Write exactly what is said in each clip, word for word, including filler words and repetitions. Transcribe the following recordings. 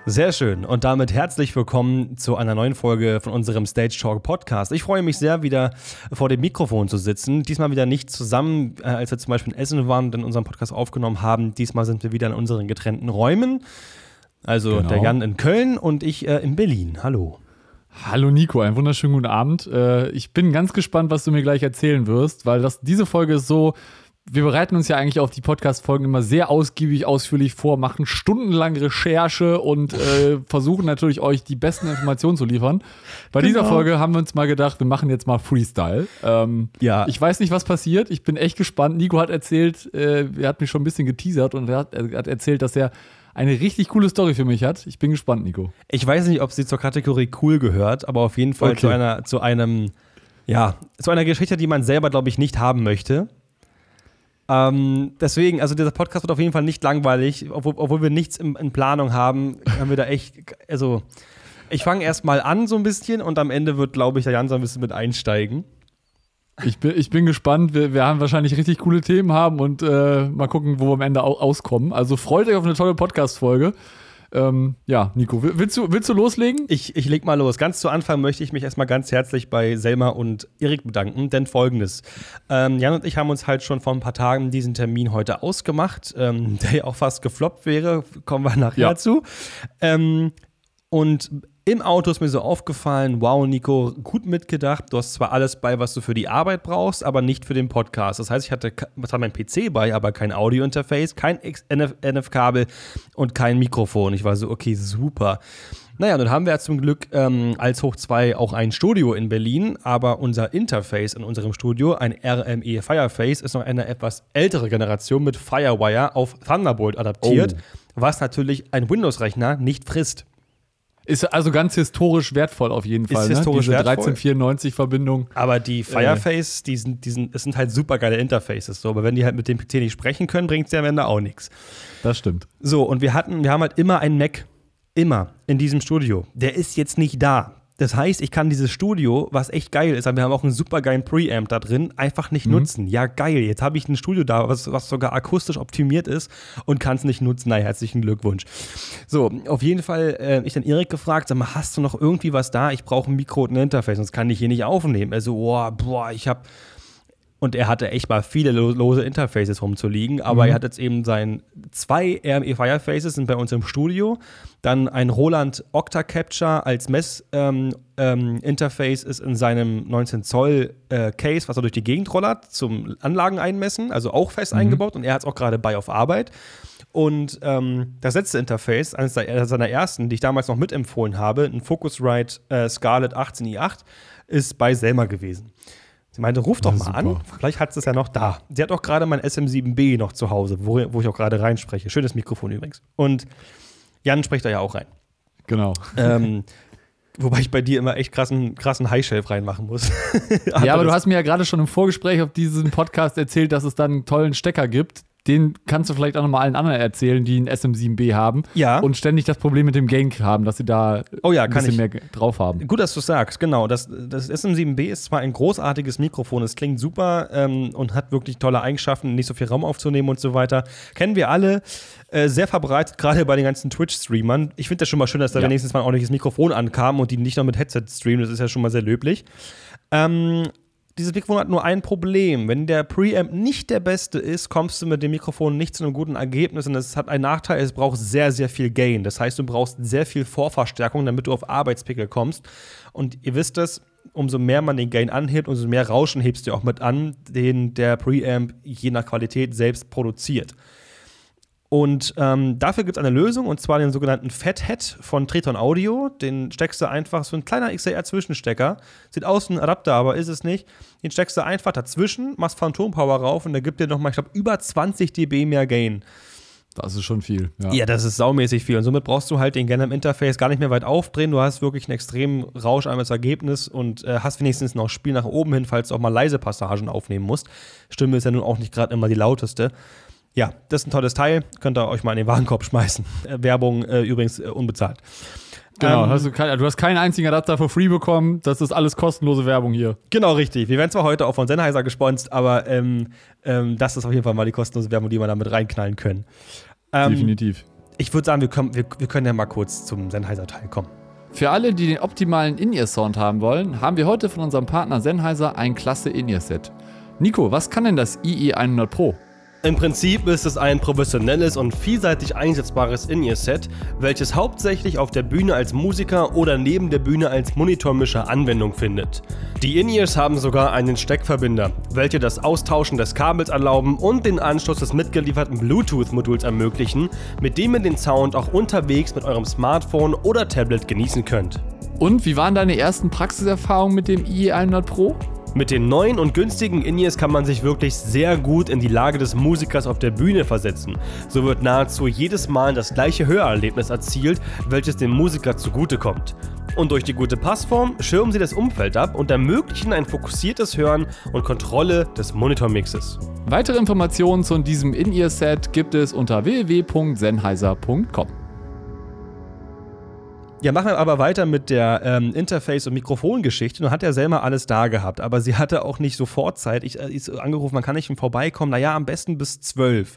Sehr schön und damit herzlich willkommen zu einer neuen Folge von unserem Stage Talk Podcast. Ich freue mich sehr, wieder vor dem Mikrofon zu sitzen. Diesmal wieder nicht zusammen, äh, als wir zum Beispiel in Essen waren und in unserem Podcast aufgenommen haben. Diesmal sind wir wieder in unseren getrennten Räumen. Also genau. Der Jan in Köln und ich äh, in Berlin. Hallo. Hallo Nico, einen wunderschönen guten Abend. Äh, ich bin ganz gespannt, was du mir gleich erzählen wirst, weil das, diese Folge ist so. Wir bereiten uns ja eigentlich auf die Podcast-Folgen immer sehr ausgiebig, ausführlich vor, machen stundenlang Recherche und äh, versuchen natürlich euch die besten Informationen zu liefern. Bei genau. dieser Folge haben wir uns mal gedacht, wir machen jetzt mal Freestyle. Ähm, ja. Ich weiß nicht, was passiert. Ich bin echt gespannt. Nico hat erzählt, äh, er hat mich schon ein bisschen geteasert und er hat, er hat erzählt, dass er eine richtig coole Story für mich hat. Ich bin gespannt, Nico. Ich weiß nicht, ob sie zur Kategorie cool gehört, aber auf jeden Fall okay. zu einer, zu einem, ja, zu einer Geschichte, die man selber, glaube ich, nicht haben möchte. Ähm, deswegen, also dieser Podcast wird auf jeden Fall nicht langweilig, obwohl, obwohl wir nichts in, in Planung haben, haben wir da echt, also ich fange erst mal an so ein bisschen und am Ende wird, glaube ich, der Jan so ein bisschen mit einsteigen. Ich bin, ich bin gespannt, wir, wir haben wahrscheinlich richtig coole Themen haben und äh, mal gucken, wo wir am Ende au- auskommen. Also freut euch auf eine tolle Podcast-Folge. Ähm, ja, Nico, willst du, willst du loslegen? Ich, ich leg mal los. Ganz zu Anfang möchte ich mich erstmal ganz herzlich bei Selma und Erik bedanken, denn folgendes. Ähm, Jan und ich haben uns halt schon vor ein paar Tagen diesen Termin heute ausgemacht, ähm, der ja auch fast gefloppt wäre, kommen wir nachher ja. zu. Ähm, und im Auto ist mir so aufgefallen, wow, Nico, gut mitgedacht. Du hast zwar alles bei, was du für die Arbeit brauchst, aber nicht für den Podcast. Das heißt, ich hatte, was hat mein P C bei, aber kein Audio-Interface, kein N F-Kabel und kein Mikrofon. Ich war so, okay, super. Naja, dann haben wir ja zum Glück ähm, als Hoch zwei auch ein Studio in Berlin, aber unser Interface in unserem Studio, ein R M E Fireface, ist noch eine etwas ältere Generation mit Firewire auf Thunderbolt adaptiert, oh. was natürlich ein Windows-Rechner nicht frisst. Ist also ganz historisch wertvoll auf jeden Fall, ist ne? historisch Diese wertvoll. dreizehn vierundneunzig-Verbindung. Aber die Fireface, die sind, die sind, das sind halt super geile Interfaces. So. Aber wenn die halt mit dem P C nicht sprechen können, bringt es ja am Ende auch nichts. Das stimmt. So, und wir hatten, wir haben halt immer einen Mac. Immer in diesem Studio. Der ist jetzt nicht da. Das heißt, ich kann dieses Studio, was echt geil ist, aber wir haben auch einen super geilen Preamp da drin, einfach nicht mhm. nutzen. Ja, geil, jetzt habe ich ein Studio da, was, was sogar akustisch optimiert ist und kann es nicht nutzen. Na, herzlichen Glückwunsch. So, auf jeden Fall, äh, ich dann Erik gefragt, sag mal, hast du noch irgendwie was da? Ich brauche ein Mikro und ein Interface, sonst kann ich hier nicht aufnehmen. Er so, oh, boah, ich habe Und er hatte echt mal viele lose Interfaces rumzuliegen, aber mhm. er hat jetzt eben sein zwei R M E Firefaces sind bei uns im Studio, dann ein Roland Octa-Capture als Mess-Interface ähm, ähm, ist in seinem neunzehn Zoll äh, Case, was er durch die Gegend rollert, zum Anlagen einmessen, also auch fest mhm. eingebaut und er hat es auch gerade bei auf Arbeit. Und ähm, das letzte Interface, eines seiner ersten, die ich damals noch mitempfohlen habe, ein Focusrite äh, Scarlett achtzehn i acht, ist bei Selma gewesen. Sie meinte, ruf doch mal super. an, vielleicht hat es ja noch da. Sie hat auch gerade mein S M sieben B noch zu Hause, wo, wo ich auch gerade reinspreche. Schönes Mikrofon übrigens. Und Jan spricht da ja auch rein. Genau. Ähm, wobei ich bei dir immer echt krassen, krassen High-Shelf reinmachen muss. aber ja, aber du hast mir ja gerade schon im Vorgespräch auf diesem Podcast erzählt, dass es dann einen tollen Stecker gibt. Den kannst du vielleicht auch noch mal allen anderen erzählen, die ein S M sieben B haben ja. und ständig das Problem mit dem Gain haben, dass sie da oh ja, ein kann bisschen ich. mehr drauf haben. Gut, dass du es sagst, genau. Das, das S M sieben B ist zwar ein großartiges Mikrofon, es klingt super ähm, und hat wirklich tolle Eigenschaften, nicht so viel Raum aufzunehmen und so weiter. Kennen wir alle, äh, sehr verbreitet, gerade bei den ganzen Twitch-Streamern. Ich finde das schon mal schön, dass da ja. wenigstens mal ein ordentliches Mikrofon ankam und die nicht noch mit Headset streamen, das ist ja schon mal sehr löblich. Ähm, Dieses Mikrofon hat nur ein Problem. Wenn der Preamp nicht der beste ist, kommst du mit dem Mikrofon nicht zu einem guten Ergebnis. Und es hat einen Nachteil, es braucht sehr, sehr viel Gain. Das heißt, du brauchst sehr viel Vorverstärkung, damit du auf Arbeitspickel kommst. Und ihr wisst es, umso mehr man den Gain anhebt, umso mehr Rauschen hebst du auch mit an, den der Preamp je nach Qualität selbst produziert. Und ähm, dafür gibt es eine Lösung, und zwar den sogenannten Fathead von Triton Audio. Den steckst du einfach, so ein kleiner X L R-Zwischenstecker. Sieht aus wie ein Adapter, aber ist es nicht. Den steckst du einfach dazwischen, machst Phantom Power rauf und der gibt dir nochmal, ich glaube, über zwanzig Dezibel mehr Gain. Das ist schon viel. Ja. ja, das ist saumäßig viel. Und somit brauchst du halt den Gain im Interface gar nicht mehr weit aufdrehen. Du hast wirklich einen extremen rauscharmes Ergebnis und äh, hast wenigstens noch Spiel nach oben hin, falls du auch mal leise Passagen aufnehmen musst. Stimme ist ja nun auch nicht gerade immer die lauteste. Ja, das ist ein tolles Teil. Könnt ihr euch mal in den Warenkorb schmeißen. Äh, Werbung äh, übrigens äh, unbezahlt. Genau, ähm, hast du, kein, du hast keinen einzigen Adapter for free bekommen. Das ist alles kostenlose Werbung hier. Genau, richtig. Wir werden zwar heute auch von Sennheiser gesponsert, aber ähm, ähm, das ist auf jeden Fall mal die kostenlose Werbung, die wir da mit reinknallen können. Ähm, Definitiv. ich würde sagen, wir können, wir, wir können ja mal kurz zum Sennheiser-Teil kommen. Für alle, die den optimalen In-Ear-Sound haben wollen, haben wir heute von unserem Partner Sennheiser ein klasse In-Ear-Set. Nico, was kann denn das I E hundert Pro? Im Prinzip ist es ein professionelles und vielseitig einsetzbares In-Ear-Set, welches hauptsächlich auf der Bühne als Musiker oder neben der Bühne als Monitormischer Anwendung findet. Die In-Ears haben sogar einen Steckverbinder, welche das Austauschen des Kabels erlauben und den Anschluss des mitgelieferten Bluetooth-Moduls ermöglichen, mit dem ihr den Sound auch unterwegs mit eurem Smartphone oder Tablet genießen könnt. Und wie waren deine ersten Praxiserfahrungen mit dem I E hundert Pro? Mit den neuen und günstigen In-Ears kann man sich wirklich sehr gut in die Lage des Musikers auf der Bühne versetzen. So wird nahezu jedes Mal das gleiche Hörerlebnis erzielt, welches dem Musiker zugutekommt. Und durch die gute Passform schirmen sie das Umfeld ab und ermöglichen ein fokussiertes Hören und Kontrolle des Monitormixes. Weitere Informationen zu diesem In-Ear-Set gibt es unter w w w punkt sennheiser punkt com. Ja, machen wir aber weiter mit der ähm, Interface- und Mikrofongeschichte. Nun hat der Selma alles da gehabt, aber sie hatte auch nicht sofort Zeit. Ich, äh, ich angerufen, man kann nicht vorbeikommen. Naja, am besten bis zwölf.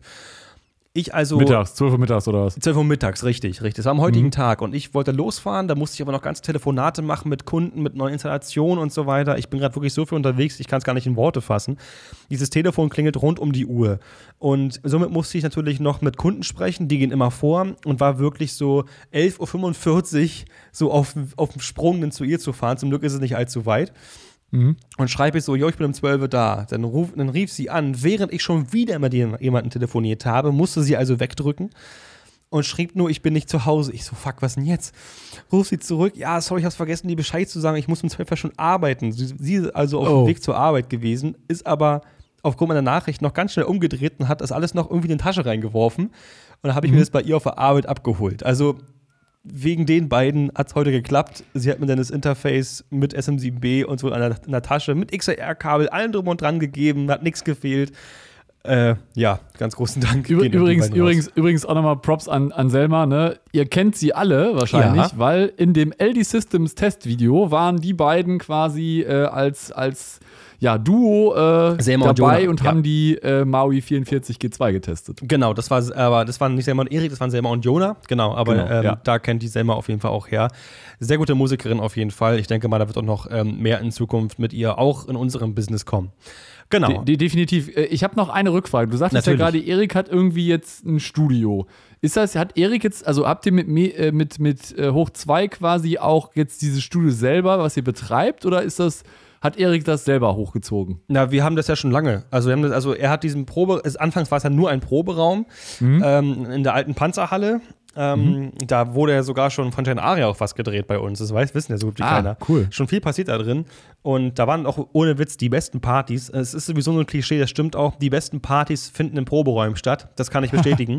Ich also. Mittags, zwölf Uhr mittags oder was? zwölf Uhr mittags, richtig, richtig. Das war am heutigen Mhm. Tag. Und ich wollte losfahren, da musste ich aber noch ganze Telefonate machen mit Kunden, mit neuen Installationen und so weiter. Ich bin gerade wirklich so viel unterwegs, ich kann es gar nicht in Worte fassen. Dieses Telefon klingelt rund um die Uhr. Und somit musste ich natürlich noch mit Kunden sprechen, die gehen immer vor und war wirklich so elf Uhr fünfundvierzig so auf, auf dem Sprung dann zu ihr zu fahren. Zum Glück ist es nicht allzu weit. Mhm. Und schreibe ich so, jo, ich bin um zwölf Uhr da. Dann, ruf, dann rief sie an, während ich schon wieder mit jemandem telefoniert habe, musste sie also wegdrücken und schrieb nur, ich bin nicht zu Hause. Ich so, fuck, was denn jetzt? Ruf sie zurück, ja, sorry, ich hab's vergessen, dir Bescheid zu sagen, ich muss um zwölf Uhr schon arbeiten. Sie, sie ist also auf Oh. dem Weg zur Arbeit gewesen, ist aber aufgrund meiner Nachricht noch ganz schnell umgedreht und hat das alles noch irgendwie in die Tasche reingeworfen. Und dann habe ich Mhm. mir das bei ihr auf der Arbeit abgeholt. Also wegen den beiden hat es heute geklappt. Sie hat mir dann das Interface mit S M sieben B und so in der, in der Tasche mit X L R-Kabel, allen drum und dran gegeben, hat nichts gefehlt. Äh, ja, ganz großen Dank. Übr Gehen an die übrigens, beiden übrigens, übrigens auch nochmal Props an, an Selma, ne? Ihr kennt sie alle wahrscheinlich, Ja. weil in dem L D Systems Testvideo waren die beiden quasi äh, als, als ja, Duo äh, Selma und dabei Jonah, und ja. haben die äh, Maui vierundvierzig G zwei getestet. Genau, das war, aber das waren nicht Selma und Erik, das waren Selma und Jonah. Genau, aber Genau, ähm, ja. da kennt die Selma auf jeden Fall auch her. Sehr gute Musikerin auf jeden Fall. Ich denke mal, da wird auch noch ähm, mehr in Zukunft mit ihr auch in unserem Business kommen. Genau. De de definitiv. Äh, Ich habe noch eine Rückfrage. Du sagtest Natürlich. ja gerade, Erik hat irgendwie jetzt ein Studio. Ist das, hat Erik jetzt, also habt ihr mit, Me- äh, mit, mit äh, Hoch zwei quasi auch jetzt dieses Studio selber, was ihr betreibt, oder ist das, hat Erik das selber hochgezogen? Na, wir haben das ja schon lange. Also, wir haben das, also er hat diesen Probe, es, anfangs war es ja nur ein Proberaum Mhm. ähm, in der alten Panzerhalle. Ähm, Da wurde ja sogar schon von Jan Aria auch was gedreht bei uns. Das weiß, wissen ja so gut wie Ah, keiner. cool. Schon viel passiert da drin. Und da waren auch ohne Witz die besten Partys. Es ist sowieso so ein Klischee, das stimmt auch. Die besten Partys finden in Proberäumen statt. Das kann ich bestätigen.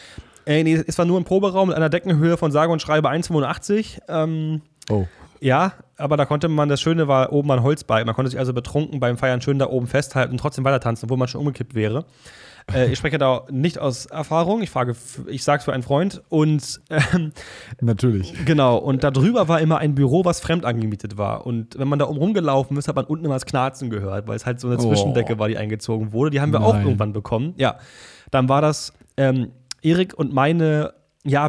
äh, nee, es war nur ein Proberaum mit einer Deckenhöhe von sage und schreibe eins Komma fünfundachtzig. Ähm, Oh. Ja, aber da konnte man, das Schöne war, oben war ein Holzbalken. Man konnte sich also betrunken beim Feiern schön da oben festhalten und trotzdem weiter tanzen, obwohl man schon umgekippt wäre. Äh, ich spreche da nicht aus Erfahrung, ich frage, ich sag's für einen Freund. Und ähm, Natürlich. genau, und da drüber war immer ein Büro, was fremd angemietet war. Und wenn man da oben rumgelaufen ist, hat man unten immer das Knarzen gehört, weil es halt so eine Oh. Zwischendecke war, die eingezogen wurde. Die haben wir auch Nein. irgendwann bekommen. Ja, dann war das ähm, Erik und meine ja,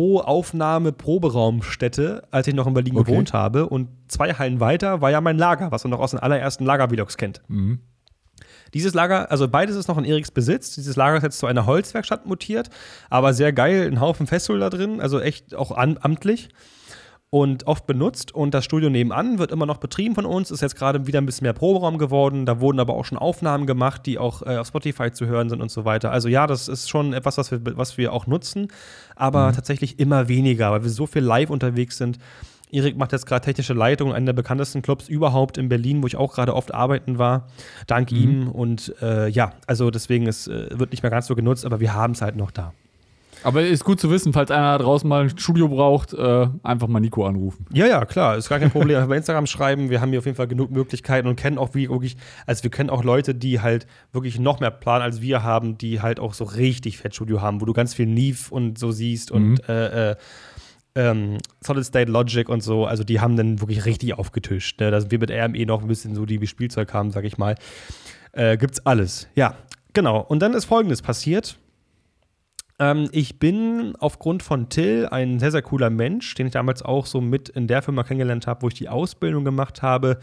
Büro-Aufnahme-Proberaumstätte, als ich noch in Berlin Okay. gewohnt habe. Und zwei Hallen weiter war ja mein Lager, was man noch aus den allerersten Lager-Vlogs kennt. Mhm. Dieses Lager, also beides ist noch in Eriks Besitz. Dieses Lager ist jetzt zu einer Holzwerkstatt mutiert, aber sehr geil, ein Haufen Fesseln da drin, also echt auch an, amtlich und oft benutzt. Und das Studio nebenan wird immer noch betrieben von uns, ist jetzt gerade wieder ein bisschen mehr Proberaum geworden. Da wurden aber auch schon Aufnahmen gemacht, die auch äh, auf Spotify zu hören sind und so weiter. Also ja, das ist schon etwas, was wir, was wir auch nutzen, aber tatsächlich immer weniger, weil wir so viel live unterwegs sind. Erik macht jetzt gerade technische Leitung, einen der bekanntesten Clubs überhaupt in Berlin, wo ich auch gerade oft arbeiten war. Dank Mhm. ihm. Und äh, ja, also deswegen, es äh, wird nicht mehr ganz so genutzt, aber wir haben es halt noch da. Aber ist gut zu wissen, falls einer da draußen mal ein Studio braucht, äh, einfach mal Nico anrufen. Ja, ja, klar, ist gar kein Problem. Einfach bei Instagram schreiben, wir haben hier auf jeden Fall genug Möglichkeiten und kennen auch wie wirklich, also wir kennen auch Leute, die halt wirklich noch mehr Plan als wir haben, die halt auch so richtig Fettstudio haben, wo du ganz viel Neve und so siehst Mhm. und äh, äh, ähm, Solid State Logic und so, also die haben dann wirklich richtig aufgetischt. Ne? Da sind wir mit R M E noch ein bisschen so, die wie Spielzeug haben, sag ich mal. Äh, gibt's alles. Ja, genau. Und dann ist Folgendes passiert. Ähm, ich bin aufgrund von Till ein sehr, sehr cooler Mensch, den ich damals auch so mit in der Firma kennengelernt habe, wo ich die Ausbildung gemacht habe.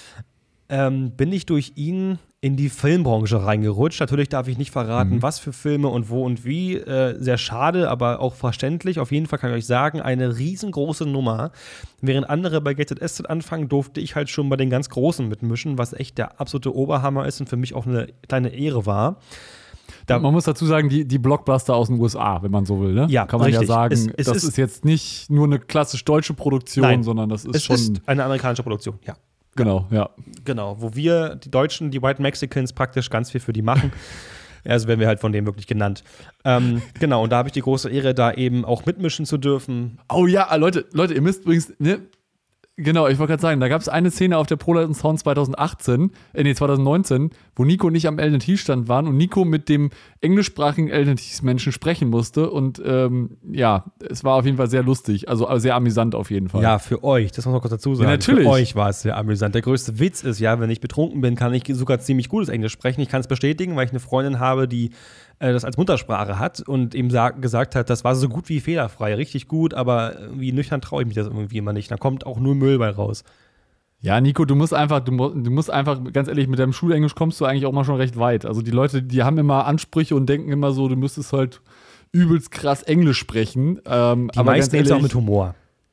Ähm, bin ich durch ihn in die Filmbranche reingerutscht. Natürlich darf ich nicht verraten, mhm. was für Filme und wo und wie. Äh, sehr schade, aber auch verständlich. Auf jeden Fall kann ich euch sagen, eine riesengroße Nummer. Während andere bei G Z S Z anfangen, durfte ich halt schon bei den ganz Großen mitmischen, was echt der absolute Oberhammer ist und für mich auch eine kleine Ehre war. Da man muss dazu sagen, die, die Blockbuster aus den U S A, wenn man so will, ne? Ja, kann man richtig. ja sagen, es, es das ist, ist jetzt nicht nur eine klassisch deutsche Produktion, nein, sondern das ist es schon ist eine amerikanische Produktion, ja. Genau, ja. Genau, wo wir, die Deutschen, die White Mexicans, praktisch ganz viel für die machen. Also werden wir halt von denen wirklich genannt. Ähm, genau, und da habe ich die große Ehre, da eben auch mitmischen zu dürfen. Oh ja, Leute, Leute, ihr müsst übrigens, ne? Genau, ich wollte gerade sagen, da gab es eine Szene auf der ProLight Sound zwanzig achtzehn, äh, nee, zwanzig neunzehn, wo Nico und ich am L N T-Stand waren und Nico mit dem englischsprachigen L N T-Menschen sprechen musste. Und ähm, ja, es war auf jeden Fall sehr lustig, also sehr amüsant auf jeden Fall. Ja, für euch, das muss man kurz dazu sagen. Ja, natürlich. Für euch war es sehr amüsant. Der größte Witz ist ja, wenn ich betrunken bin, kann ich sogar ziemlich gutes Englisch sprechen. Ich kann es bestätigen, weil ich eine Freundin habe, die äh, das als Muttersprache hat und eben sag, gesagt hat, das war so gut wie fehlerfrei, richtig gut, aber irgendwie nüchtern traue ich mich das irgendwie immer nicht. Da kommt auch nur Müll bei raus. Ja, Nico, du musst einfach, du, mu- du musst einfach, ganz ehrlich, mit deinem Schulenglisch kommst du eigentlich auch mal schon recht weit. Also die Leute, die haben immer Ansprüche und denken immer so, du müsstest halt übelst krass Englisch sprechen. Ähm, Die aber meisten ganz ehrlich, auch ehrlich, mit Humor.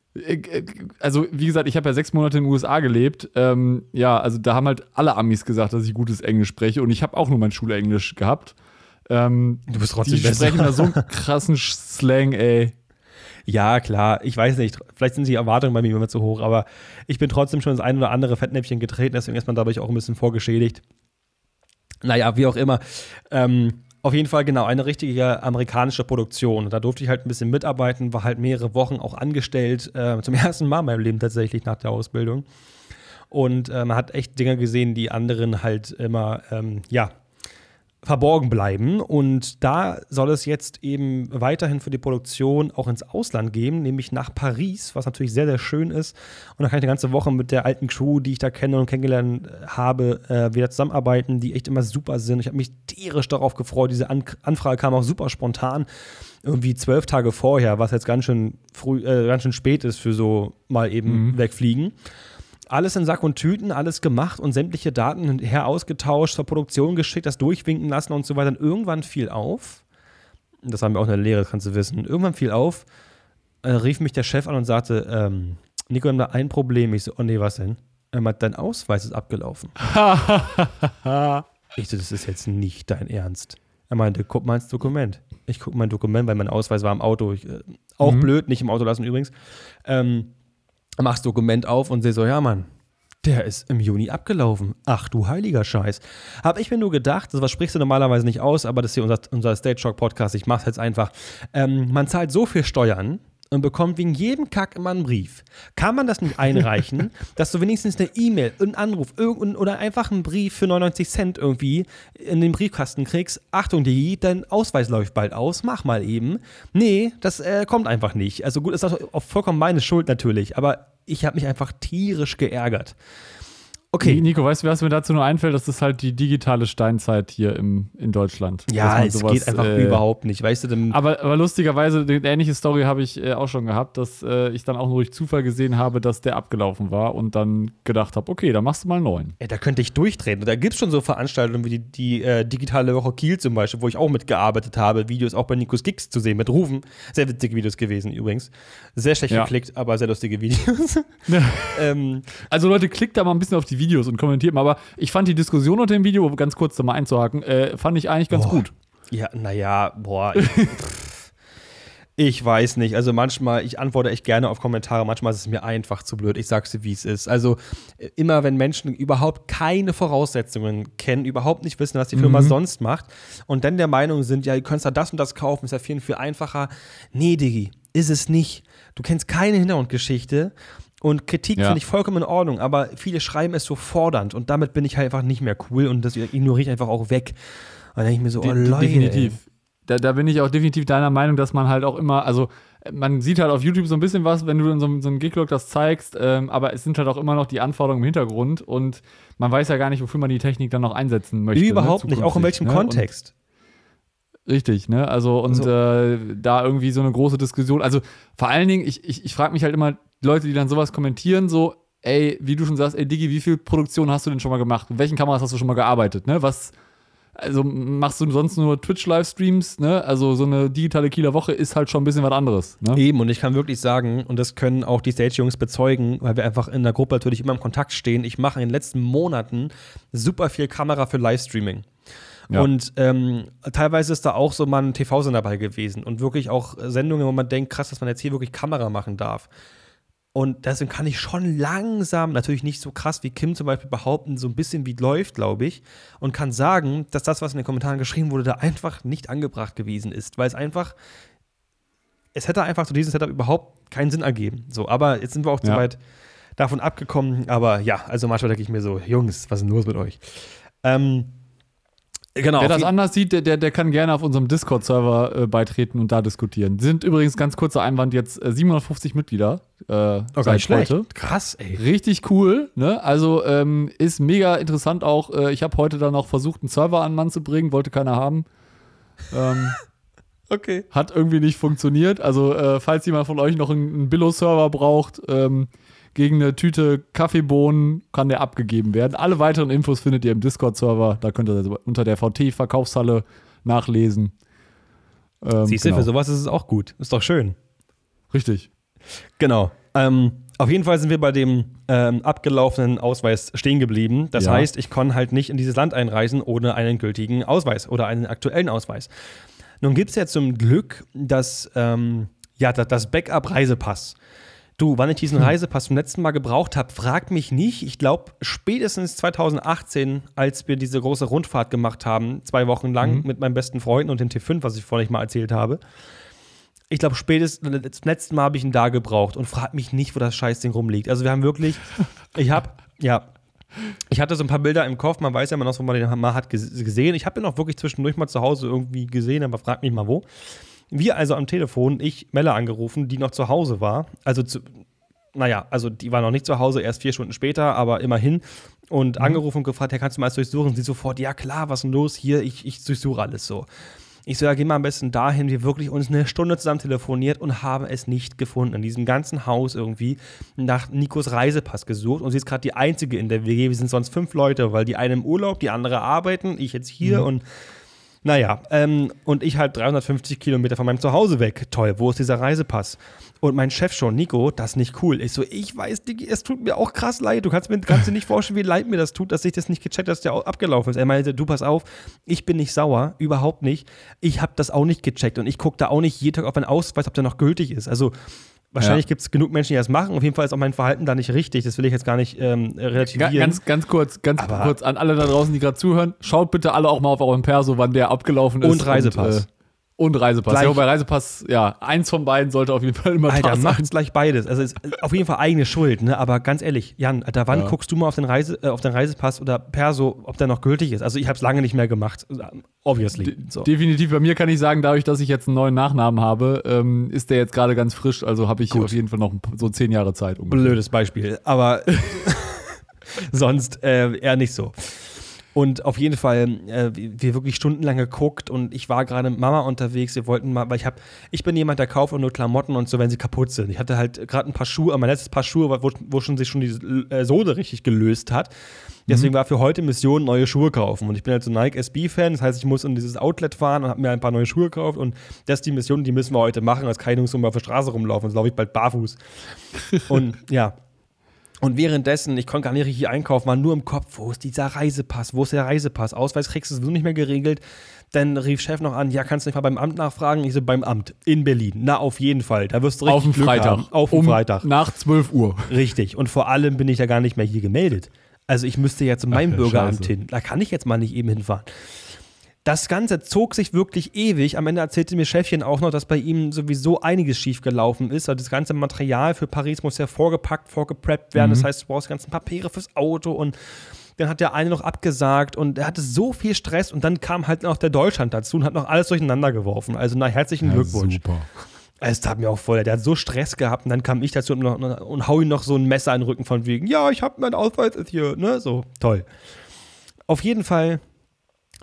Also, wie gesagt, ich habe ja sechs Monate in den U S A gelebt. Ähm, ja, also da haben halt alle Amis gesagt, dass ich gutes Englisch spreche. Und ich habe auch nur mein Schulenglisch gehabt. Ähm, Du bist trotzdem die besser. sprechen da so einen krassen Slang, ey. Ja, klar, ich weiß nicht, vielleicht sind die Erwartungen bei mir immer zu hoch, aber ich bin trotzdem schon das ein oder andere Fettnäpfchen getreten, deswegen ist man dadurch auch ein bisschen vorgeschädigt. Naja, wie auch immer. Ähm, auf jeden Fall, genau, eine richtige amerikanische Produktion. Da durfte ich halt ein bisschen mitarbeiten, war halt mehrere Wochen auch angestellt, äh, zum ersten Mal in meinem Leben tatsächlich nach der Ausbildung. Und äh, man hat echt Dinge gesehen, die anderen halt immer, ähm, ja, verborgen bleiben. Und da soll es jetzt eben weiterhin für die Produktion auch ins Ausland gehen, nämlich nach Paris, was natürlich sehr, sehr schön ist. Und da kann ich eine ganze Woche mit der alten Crew, die ich da kenne und kennengelernt habe, äh, wieder zusammenarbeiten, die echt immer super sind. Ich habe mich tierisch darauf gefreut. Diese An- Anfrage kam auch super spontan, irgendwie zwölf Tage vorher, was jetzt ganz schön früh, äh, ganz schön spät ist für so mal eben Mhm. wegfliegen. Alles in Sack und Tüten, alles gemacht und sämtliche Daten her ausgetauscht, zur Produktion geschickt, das durchwinken lassen und so weiter. Und irgendwann fiel auf, das haben wir auch in der Lehre, das kannst du wissen, irgendwann fiel auf, äh, rief mich der Chef an und sagte, ähm, Nico, wir haben da ein Problem. Ich so, oh nee, was denn? Er meinte, dein Ausweis ist abgelaufen. Ich so, das ist jetzt nicht dein Ernst. Er meinte, guck mal ins Dokument. Ich guck mein Dokument, weil mein Ausweis war im Auto. Ich, äh, auch Mhm. blöd, nicht im Auto lassen übrigens. Ähm, mach's Dokument auf und sehe so, ja Mann, der ist im Juni abgelaufen. Ach du heiliger Scheiß. Hab ich mir nur gedacht, das was sprichst du normalerweise nicht aus, aber das ist hier unser, unser Stage Shock Podcast, ich mach's jetzt einfach. Ähm, man zahlt so viel Steuern und bekommt wegen jedem Kack immer einen Brief. Kann man das nicht einreichen, dass du wenigstens eine E-Mail, einen Anruf irgend, oder einfach einen Brief für neunundneunzig Cent irgendwie in den Briefkasten kriegst? Achtung, Digi, dein Ausweis läuft bald aus, mach mal eben. Nee, das äh, kommt einfach nicht. Also gut, ist das auch vollkommen meine Schuld natürlich, aber ich habe mich einfach tierisch geärgert. Okay. Nico, weißt du, was mir dazu nur einfällt? Das ist halt die digitale Steinzeit hier im, in Deutschland. Dass Ja, man es sowas, geht einfach äh, überhaupt nicht, weißt du? Denn Aber, aber lustigerweise, eine ähnliche Story habe ich äh, auch schon gehabt, dass äh, ich dann auch nur durch Zufall gesehen habe, dass der abgelaufen war und dann gedacht habe, okay, dann machst du mal einen neuen. ey, da könnte ich durchdrehen. Da gibt es schon so Veranstaltungen wie die, die äh, digitale Woche Kiel zum Beispiel, wo ich auch mitgearbeitet habe. Videos auch bei Nikos Gigs zu sehen mit Rufen. Sehr witzige Videos gewesen übrigens. Sehr schlecht Ja. geklickt, aber sehr lustige Videos. ähm, Also Leute, klickt da mal ein bisschen auf die Videos und kommentiert mal, aber ich fand die Diskussion unter dem Video, um ganz kurz da mal einzuhaken, äh, fand ich eigentlich ganz Boah. gut. Ja, naja, boah. Ich, pff, ich weiß nicht. Also manchmal, ich antworte echt gerne auf Kommentare, manchmal ist es mir einfach zu blöd. Ich sag's dir, wie es ist. Also äh, immer, wenn Menschen überhaupt keine Voraussetzungen kennen, überhaupt nicht wissen, was die Firma Mhm. sonst macht und dann der Meinung sind, ja, ihr könnt da das und das kaufen, ist ja viel, viel einfacher. Nee, Diggi, ist es nicht. Du kennst keine Hintergrundgeschichte. Und Kritik Ja. finde ich vollkommen in Ordnung, aber viele schreiben es so fordernd und damit bin ich halt einfach nicht mehr cool und das ignoriere ich einfach auch weg. Und dann denke ich mir so, oh De- Leute. definitiv. Da, da bin ich auch definitiv deiner Meinung, dass man halt auch immer, also man sieht halt auf YouTube so ein bisschen was, wenn du in so, einem- so einem Giglog das zeigst, ähm, aber es sind halt auch immer noch die Anforderungen im Hintergrund und man weiß ja gar nicht, wofür man die Technik dann noch einsetzen möchte. Überhaupt ne, nicht, auch in welchem zukünftig, ne? Kontext. Richtig, ne? Also und So. äh, da irgendwie so eine große Diskussion. Also vor allen Dingen, ich, ich, ich frage mich halt immer, Leute, die dann sowas kommentieren, so, ey, wie du schon sagst, ey Digi, wie viel Produktion hast du denn schon mal gemacht? Mit welchen Kameras hast du schon mal gearbeitet, ne? Was, also machst du sonst nur Twitch-Livestreams, ne? Also so eine digitale Kieler Woche ist halt schon ein bisschen was anderes, ne? Eben, und ich kann wirklich sagen, und das können auch die Stage-Jungs bezeugen, weil wir einfach in der Gruppe natürlich immer im Kontakt stehen, ich mache in den letzten Monaten super viel Kamera für Livestreaming. Ja. Und ähm, teilweise ist da auch so mal ein T V-Sender dabei gewesen und wirklich auch Sendungen, wo man denkt, krass, dass man jetzt hier wirklich Kamera machen darf. Und deswegen kann ich schon langsam, natürlich nicht so krass wie Kim zum Beispiel behaupten, so ein bisschen wie es läuft, glaube ich, und kann sagen, dass das, was in den Kommentaren geschrieben wurde, da einfach nicht angebracht gewesen ist, weil es einfach, es hätte einfach zu diesem Setup überhaupt keinen Sinn ergeben. So, aber jetzt sind wir auch Ja. zu weit davon abgekommen, aber ja, also manchmal denke ich mir so, Jungs, was ist denn los mit euch? Ähm, Genau. Wer das anders sieht, der, der, der kann gerne auf unserem Discord-Server äh, beitreten und da diskutieren. Sind übrigens, ganz kurzer Einwand, jetzt äh, siebenhundertfünfzig Mitglieder äh, Oh, seit schlecht. heute. Krass, ey. Richtig cool, ne? Also ähm, ist mega interessant auch. Äh, ich habe heute dann noch versucht, einen Server an den Mann zu bringen, wollte keiner haben. Ähm, Okay. hat irgendwie nicht funktioniert. Also äh, falls jemand von euch noch einen, einen Billo-Server braucht, ähm, gegen eine Tüte Kaffeebohnen kann der abgegeben werden. Alle weiteren Infos findet ihr im Discord-Server. Da könnt ihr also unter der V T-Verkaufshalle nachlesen. Ähm, Siehst du, genau. für sowas ist es auch gut. Ist doch schön. Richtig. Genau. Ähm, auf jeden Fall sind wir bei dem ähm, abgelaufenen Ausweis stehen geblieben. Das Ja. heißt, ich kann halt nicht in dieses Land einreisen ohne einen gültigen Ausweis oder einen aktuellen Ausweis. Nun gibt es ja zum Glück das, ähm, ja, das, das Backup-Reisepass. Du, wann ich diesen Hm. Reisepass zum letzten Mal gebraucht habe, frag mich nicht. Ich glaube, spätestens zwanzig achtzehn, als wir diese große Rundfahrt gemacht haben, zwei Wochen lang Mhm. mit meinen besten Freunden und dem T fünf, was ich vorhin mal erzählt habe. Ich glaube, spätestens zum letzten Mal habe ich ihn da gebraucht und frag mich nicht, wo das Scheißding rumliegt. Also wir haben wirklich, ich habe, ja, ich hatte so ein paar Bilder im Kopf, man weiß ja immer noch, wo man den mal hat ges- gesehen. Ich habe ihn auch wirklich zwischendurch mal zu Hause irgendwie gesehen, aber frag mich mal wo. Wir also am Telefon, ich Melle angerufen, die noch zu Hause war. Also, zu, naja, also die war noch nicht zu Hause, erst vier Stunden später, aber immerhin. Und Mhm. angerufen und gefragt, ja, kannst du mal alles durchsuchen? Sie sofort, ja klar, was ist denn los? Hier, ich, ich durchsuche alles so. Ich so, ja, geh mal am besten dahin. Wir wirklich uns eine Stunde zusammen telefoniert und haben es nicht gefunden. In diesem ganzen Haus irgendwie nach Nikos Reisepass gesucht. Und sie ist gerade die Einzige in der W G. Wir sind sonst fünf Leute, weil die eine im Urlaub, die andere arbeiten, ich jetzt hier Mhm. und naja, ähm, und ich halt dreihundertfünfzig Kilometer von meinem Zuhause weg. Toll, wo ist dieser Reisepass? Und mein Chef schon, Nico, das ist nicht cool. Ich so, ich weiß, Digi, es tut mir auch krass leid. Du kannst mir kannst dir nicht vorstellen, wie leid mir das tut, dass ich das nicht gecheckt habe, dass der auch abgelaufen ist. Er meinte, du pass auf, ich bin nicht sauer, überhaupt nicht. Ich habe das auch nicht gecheckt und ich gucke da auch nicht jeden Tag auf meinen Ausweis, ob der noch gültig ist. Also wahrscheinlich Ja. gibt es genug Menschen, die das machen. Auf jeden Fall ist auch mein Verhalten da nicht richtig. Das will ich jetzt gar nicht ähm, Ga- relativieren. Ganz, ganz kurz, ganz Aber- kurz an alle da draußen, die gerade zuhören. Schaut bitte alle auch mal auf euren Perso, wann der abgelaufen ist. Und Reisepass. Und, äh, und Reisepass. Gleich. Ja, wobei Reisepass, ja, eins von beiden sollte auf jeden Fall immer Alter, da sein. macht's gleich beides. Also ist auf jeden Fall eigene Schuld, ne? Aber ganz ehrlich, Jan, Alter, wann Ja. guckst du mal auf den, Reise, äh, auf den Reisepass oder Perso, ob der noch gültig ist? Also ich habe es lange nicht mehr gemacht, obviously. De- So. Definitiv, bei mir kann ich sagen, dadurch, dass ich jetzt einen neuen Nachnamen habe, ähm, ist der jetzt gerade ganz frisch. Also habe ich Gut. auf jeden Fall noch ein paar- so zehn Jahre Zeit. ungefähr. Blödes Beispiel, aber sonst äh, eher nicht so. Und auf jeden Fall, äh, wir wirklich stundenlang geguckt und ich war gerade mit Mama unterwegs. Wir wollten mal, weil ich habe, ich bin jemand, der kauft auch nur Klamotten und so, wenn sie kaputt sind. Ich hatte halt gerade ein paar Schuhe, mein letztes Paar Schuhe, wo, wo schon sich schon die äh, Sohle richtig gelöst hat. Deswegen war für heute Mission neue Schuhe kaufen. Und ich bin halt so Nike S B-Fan, das heißt, ich muss in dieses Outlet fahren und habe mir ein paar neue Schuhe gekauft. Und das ist die Mission, die müssen wir heute machen, als keine Jungs so mal auf der Straße rumlaufen. Sonst laufe ich bald barfuß. Und ja. Und währenddessen, ich konnte gar nicht richtig einkaufen, war nur im Kopf, wo ist dieser Reisepass, wo ist der Reisepass? Ausweis kriegst du sowieso nicht mehr geregelt. Dann rief Chef noch an, ja, kannst du nicht mal beim Amt nachfragen? Ich so, beim Amt in Berlin. Na, auf jeden Fall, da wirst du richtig Auf dem Glück Freitag. haben. Auf dem um Freitag. Nach zwölf Uhr. Richtig. Und vor allem bin ich ja gar nicht mehr hier gemeldet. Also ich müsste ja zu meinem Ach, Bürgeramt Scheiße. hin. Da kann ich jetzt mal nicht eben hinfahren. Das Ganze zog sich wirklich ewig. Am Ende erzählte mir Chefchen auch noch, dass bei ihm sowieso einiges schiefgelaufen ist. Also das ganze Material für Paris muss ja vorgepackt, vorgepreppt werden. Mhm. Das heißt, du brauchst die ganzen Papiere fürs Auto und dann hat der eine noch abgesagt und er hatte so viel Stress und dann kam halt noch der Deutschland dazu und hat noch alles durcheinander geworfen. Also na, herzlichen Glückwunsch. Super. Es tat mir auch voll. Der hat so Stress gehabt und dann kam ich dazu und, noch, und hau ihm noch so ein Messer in den Rücken von wegen, ja, ich hab meinen Ausweis ist hier, ne, so, toll. Auf jeden Fall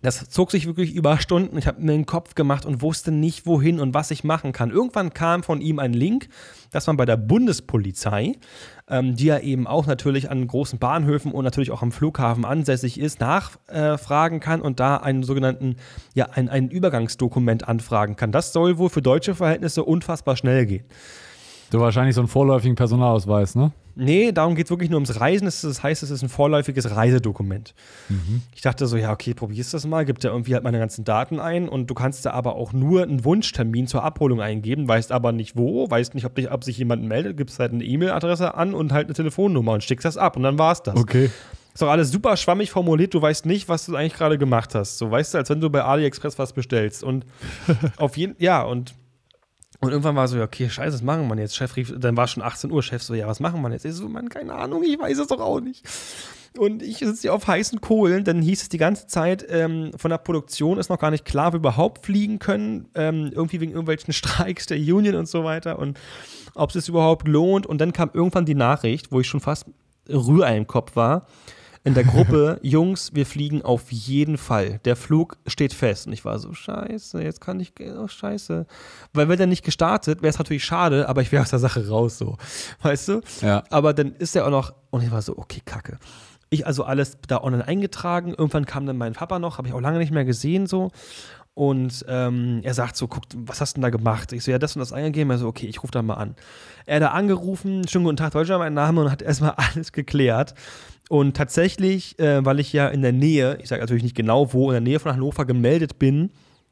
Das zog sich wirklich über Stunden. Ich habe mir den Kopf gemacht und wusste nicht, wohin und was ich machen kann. Irgendwann kam von ihm ein Link, dass man bei der Bundespolizei, ähm, die ja eben auch natürlich an großen Bahnhöfen und natürlich auch am Flughafen ansässig ist, nachfragen äh, kann und da einen sogenannten, ja, ein, ein Übergangsdokument anfragen kann. Das soll wohl für deutsche Verhältnisse unfassbar schnell gehen. So wahrscheinlich so einen vorläufigen Personalausweis, ne? Nee, darum geht es wirklich nur ums Reisen. Das heißt, es ist ein vorläufiges Reisedokument. Mhm. Ich dachte so, ja, okay, probierst das mal, gib da irgendwie halt meine ganzen Daten ein und du kannst da aber auch nur einen Wunschtermin zur Abholung eingeben, weißt aber nicht wo, weißt nicht, ob, dich, ob sich jemand meldet, gibst halt eine E-Mail-Adresse an und halt eine Telefonnummer und schickst das ab und dann war's das. Okay. Ist doch alles super schwammig formuliert, du weißt nicht, was du eigentlich gerade gemacht hast. So, weißt du, als wenn du bei AliExpress was bestellst und auf jeden, ja, und Und irgendwann war so, ja, okay, scheiße, was machen wir jetzt? Chef rief, dann war schon achtzehn Uhr, Chef so, ja, was machen wir jetzt? Ich so, Mann, keine Ahnung, ich weiß es doch auch nicht. Und ich sitze hier auf heißen Kohlen, dann hieß es die ganze Zeit, ähm, von der Produktion ist noch gar nicht klar, ob wir überhaupt fliegen können, ähm, irgendwie wegen irgendwelchen Streiks der Union und so weiter und ob es sich überhaupt lohnt. Und dann kam irgendwann die Nachricht, wo ich schon fast Rührei im Kopf war, in der Gruppe, Jungs, wir fliegen auf jeden Fall. Der Flug steht fest. Und ich war so, scheiße, jetzt kann ich, oh, scheiße. Weil wäre der nicht gestartet, wäre es natürlich schade, aber ich wäre aus der Sache raus, so. Weißt du? Ja. Aber dann ist er auch noch, und ich war so, okay, kacke. Ich also alles da online eingetragen. Irgendwann kam dann mein Papa noch, habe ich auch lange nicht mehr gesehen, so. Und ähm, er sagt so, guck, was hast du denn da gemacht? Ich so, ja, das und das eingegeben. Er so, okay, ich rufe da mal an. Er hat da angerufen, schönen guten Tag, Deutschland, mein Name, und hat erstmal alles geklärt. Und tatsächlich, äh, weil ich ja in der Nähe, ich sage natürlich nicht genau wo, in der Nähe von Hannover gemeldet bin,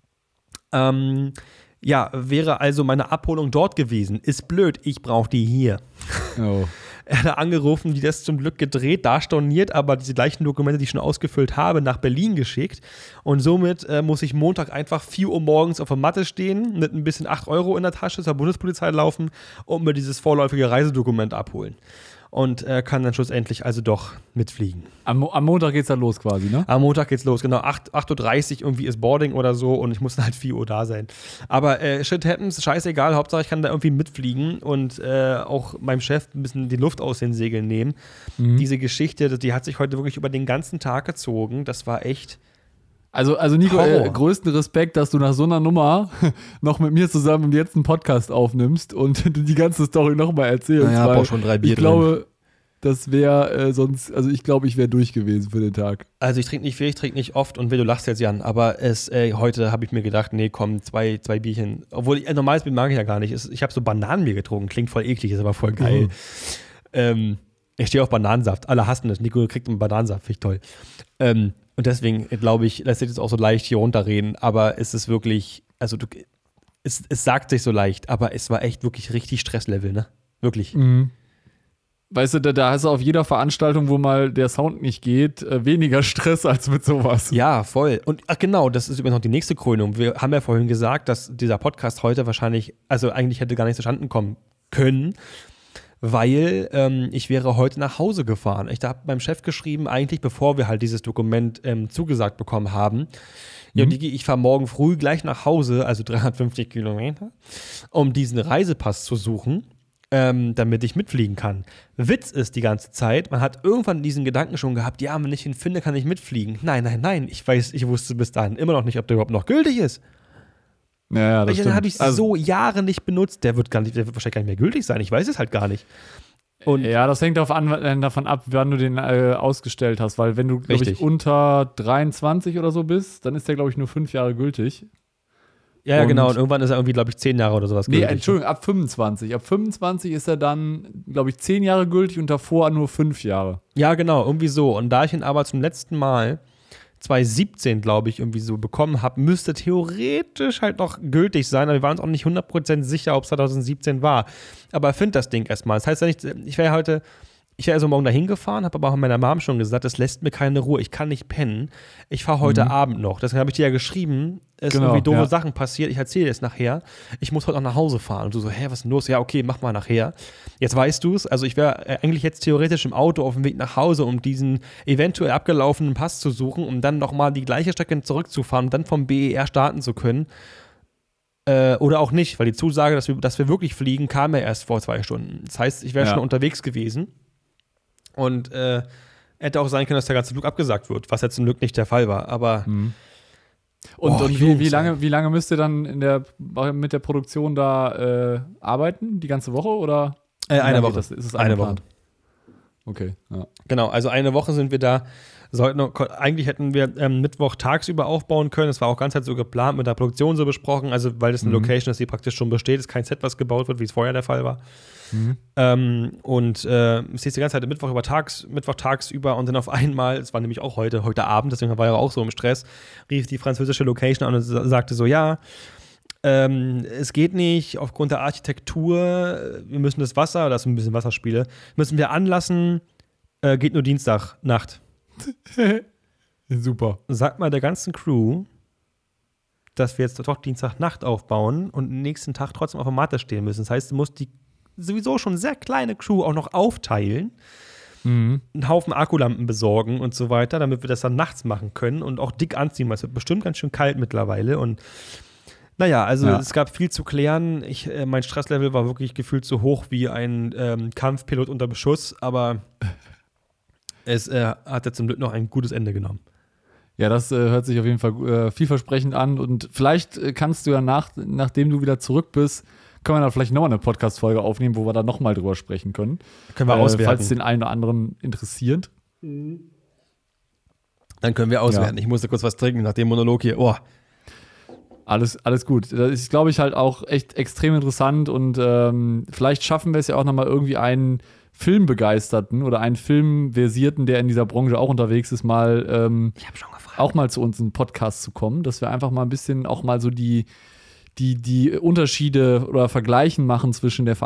ähm, ja, wäre also meine Abholung dort gewesen. Ist blöd, ich brauche die hier. Oh. Er hat angerufen, die das zum Glück gedreht, da storniert, aber diese gleichen Dokumente, die ich schon ausgefüllt habe, nach Berlin geschickt. Und somit äh, muss ich Montag einfach vier Uhr morgens auf der Matte stehen, mit ein bisschen acht Euro in der Tasche zur Bundespolizei laufen und mir dieses vorläufige Reisedokument abholen. Und äh, kann dann schlussendlich also doch mitfliegen. Am, am Montag geht's dann los quasi, ne? Am Montag geht's los, genau. acht Uhr dreißig irgendwie ist Boarding oder so und ich muss dann halt vier Uhr da sein. Aber äh, shit happens, scheißegal, Hauptsache ich kann da irgendwie mitfliegen und äh, auch meinem Chef ein bisschen die Luft aus den Segeln nehmen. Mhm. Diese Geschichte, die hat sich heute wirklich über den ganzen Tag gezogen. Das war echt Also, also Nico, äh, größten Respekt, dass du nach so einer Nummer noch mit mir zusammen jetzt einen Podcast aufnimmst und die ganze Story nochmal erzählst. Naja, ich brauch schon drei Bier Ich glaube, drin. das wäre äh, sonst, also ich glaube, ich wäre durch gewesen für den Tag. Also ich trinke nicht viel, ich trinke nicht oft und du lachst jetzt, Jan, aber es, äh, heute habe ich mir gedacht, nee, komm, zwei, zwei Bierchen. Obwohl, ich, äh, normales Bier mag ich ja gar nicht. Ich habe so Bananenbier getrunken, klingt voll eklig, ist aber voll geil. Mhm. Ähm, ich stehe auf Bananensaft, alle hassen das. Nico kriegt einen Bananensaft, finde ich toll. Ähm, Und deswegen, glaube ich, lässt sich das auch so leicht hier runterreden, aber es ist wirklich, also du, es, es sagt sich so leicht, aber es war echt wirklich richtig Stresslevel, ne? Wirklich. Mhm. Weißt du, da, da hast du auf jeder Veranstaltung, wo mal der Sound nicht geht, äh, weniger Stress als mit sowas. Ja, voll. Und ach genau, das ist übrigens noch die nächste Krönung. Wir haben ja vorhin gesagt, dass dieser Podcast heute wahrscheinlich, also eigentlich hätte gar nicht zustande kommen können, weil ähm, ich wäre heute nach Hause gefahren. Ich habe meinem Chef geschrieben, eigentlich bevor wir halt dieses Dokument ähm, zugesagt bekommen haben, mhm. ja, Digi, ich fahre morgen früh gleich nach Hause, also dreihundertfünfzig Kilometer, um diesen Reisepass zu suchen, ähm, damit ich mitfliegen kann. Witz ist die ganze Zeit, man hat irgendwann diesen Gedanken schon gehabt, ja, wenn ich ihn finde, kann ich mitfliegen. Nein, nein, nein, ich weiß, ich wusste bis dahin immer noch nicht, ob der überhaupt noch gültig ist. Ja, ja, das Den habe ich also, so Jahre nicht benutzt. Der wird, gar nicht, der wird wahrscheinlich gar nicht mehr gültig sein. Ich weiß es halt gar nicht. Und ja, das hängt davon, an, davon ab, wann du den äh, ausgestellt hast. Weil wenn du, glaube ich, unter dreiundzwanzig oder so bist, dann ist der, glaube ich, nur fünf Jahre gültig. Ja, ja, genau. Und irgendwann ist er irgendwie, glaube ich, zehn Jahre oder sowas gültig. Nee, Entschuldigung, ab fünfundzwanzig. Ab fünfundzwanzig ist er dann, glaube ich, zehn Jahre gültig und davor nur fünf Jahre. Ja, genau. Irgendwie so. Und da ich ihn aber zum letzten Mal zwanzig siebzehn, glaube ich, irgendwie so bekommen habe, müsste theoretisch halt noch gültig sein, aber wir waren uns auch nicht hundert Prozent sicher, ob es zwanzig siebzehn war. Aber find das Ding erstmal. Das heißt ja nicht, ich wäre heute, ich wäre also morgen dahin gefahren, habe aber auch meiner Mom schon gesagt, das lässt mir keine Ruhe, ich kann nicht pennen. Ich fahre heute mhm. Abend noch. Deswegen habe ich dir ja geschrieben, es sind genau, irgendwie doofe ja. Sachen passiert, ich erzähle dir es nachher. Ich muss heute auch nach Hause fahren. Und du so, hä, was ist denn los? Ja, okay, mach mal nachher. Jetzt weißt du es. Also ich wäre eigentlich jetzt theoretisch im Auto auf dem Weg nach Hause, um diesen eventuell abgelaufenen Pass zu suchen, um dann nochmal die gleiche Strecke zurückzufahren und dann vom B E R starten zu können. Äh, oder auch nicht, weil die Zusage, dass wir, dass wir wirklich fliegen, kam ja erst vor zwei Stunden. Das heißt, ich wäre ja. schon unterwegs gewesen. Und äh, hätte auch sein können, dass der ganze Flug abgesagt wird, was jetzt zum Glück nicht der Fall war. Aber mhm. Und, Oh, und wie, Jungs, wie, lange, wie lange müsst ihr dann in der, mit der Produktion da äh, arbeiten? Die ganze Woche oder? Äh, eine Wie Woche. Das, ist es Eine eingeplant? Okay, ja. Genau, also eine Woche sind wir da. Sollten noch, eigentlich hätten wir ähm, Mittwoch tagsüber aufbauen können. Das war auch ganz halt so geplant, mit der Produktion so besprochen. Also, weil das eine Mhm. Location ist, die praktisch schon besteht, ist kein Set, was gebaut wird, wie es vorher der Fall war. Mhm. Ähm, und äh, es hieß die ganze Zeit Mittwoch über Tags, Mittwoch tagsüber und dann auf einmal, es war nämlich auch heute, heute Abend, deswegen war er auch so im Stress, rief die französische Location an und sa- sagte so, ja, ähm, es geht nicht aufgrund der Architektur, wir müssen das Wasser, das sind ein bisschen Wasserspiele, müssen wir anlassen, äh, geht nur Dienstag Nacht. Super. Sag mal der ganzen Crew, dass wir jetzt doch Dienstag Nacht aufbauen und am nächsten Tag trotzdem auf der Matte stehen müssen. Das heißt, du musst die sowieso schon sehr kleine Crew auch noch aufteilen, Mhm. einen Haufen Akkulampen besorgen und so weiter, damit wir das dann nachts machen können und auch dick anziehen, weil es wird bestimmt ganz schön kalt mittlerweile. Und naja, also Ja. es gab viel zu klären. Ich, äh, mein Stresslevel war wirklich gefühlt so hoch wie ein ähm, Kampfpilot unter Beschuss, aber es äh, hat ja zum Glück noch ein gutes Ende genommen. Ja, das äh, hört sich auf jeden Fall äh, vielversprechend an und vielleicht äh, kannst du ja nach, nachdem du wieder zurück bist, können wir da vielleicht nochmal eine Podcast-Folge aufnehmen, wo wir da nochmal drüber sprechen können. Können wir äh, auswerten. Falls den einen oder anderen interessiert. Dann können wir auswerten. Ja. Ich musste kurz was trinken nach dem Monolog hier. Oh. Alles, alles gut. Das ist, glaube ich, halt auch echt extrem interessant und ähm, vielleicht schaffen wir es ja auch nochmal irgendwie einen Filmbegeisterten oder einen Filmversierten, der in dieser Branche auch unterwegs ist, mal ähm, Ich habe schon gefragt. auch mal zu uns in den Podcast zu kommen, dass wir einfach mal ein bisschen auch mal so die, die, die Unterschiede oder Vergleichen machen zwischen der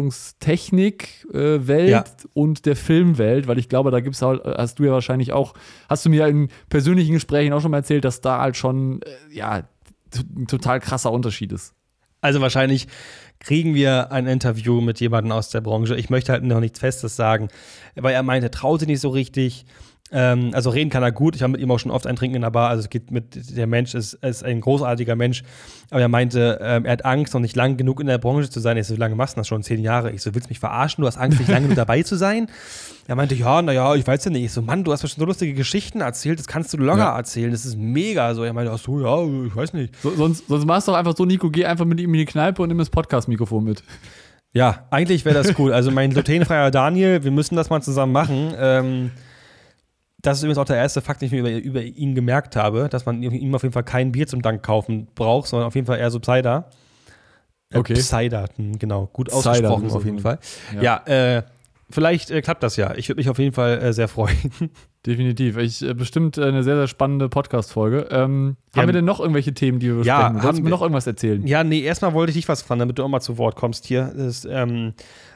Veranstaltungstechnik-Welt Ja. und der Filmwelt, weil ich glaube, da gibt's halt, hast du ja wahrscheinlich auch, hast du mir in persönlichen Gesprächen auch schon mal erzählt, dass da halt schon, äh, ja, t- ein total krasser Unterschied ist. Also wahrscheinlich kriegen wir ein Interview mit jemandem aus der Branche. Ich möchte halt noch nichts Festes sagen, weil er meinte, traut sich nicht so richtig. Ähm, also reden kann er gut. Ich habe mit ihm auch schon oft ein Trinken in der Bar. Also es geht mit, der Mensch ist, ist ein großartiger Mensch. Aber er meinte, ähm, er hat Angst, noch nicht lang genug in der Branche zu sein. Ich so, wie lange machst du das schon? Zehn Jahre. Ich so, willst du mich verarschen? Du hast Angst, nicht lange genug dabei zu sein? Er meinte, ja, naja, ich weiß ja nicht. Ich so, Mann, du hast mir schon so lustige Geschichten erzählt. Das kannst du locker Ja. erzählen. Das ist mega. So, er meinte, ach so, ja, ich weiß nicht. So, sonst, sonst machst du doch einfach so, Nico, geh einfach mit ihm in die Kneipe und nimm das Podcast-Mikrofon mit. Ja, eigentlich wäre das cool. Also mein glutenfreier Daniel, wir müssen das mal zusammen machen. Ähm, das ist übrigens auch der erste Fakt, den ich mir über, über ihn gemerkt habe, dass man ihm auf jeden Fall kein Bier zum Dank kaufen braucht, sondern auf jeden Fall eher so Cider. Äh, Okay. Cider, hm, genau. Gut Cider, ausgesprochen das ist auf jeden gut. Fall. Ja. Ja, äh, vielleicht äh, klappt das ja. Ich würde mich auf jeden Fall äh, sehr freuen. Definitiv. Ich, äh, bestimmt äh, eine sehr, sehr spannende Podcast-Folge. Ähm, Ja, haben wir denn noch irgendwelche Themen, die wir ja, besprechen? Wolltest haben du mir wir. noch irgendwas erzählen? Ja, nee, erstmal wollte ich dich was fragen, damit du auch mal zu Wort kommst hier. Das, ähm,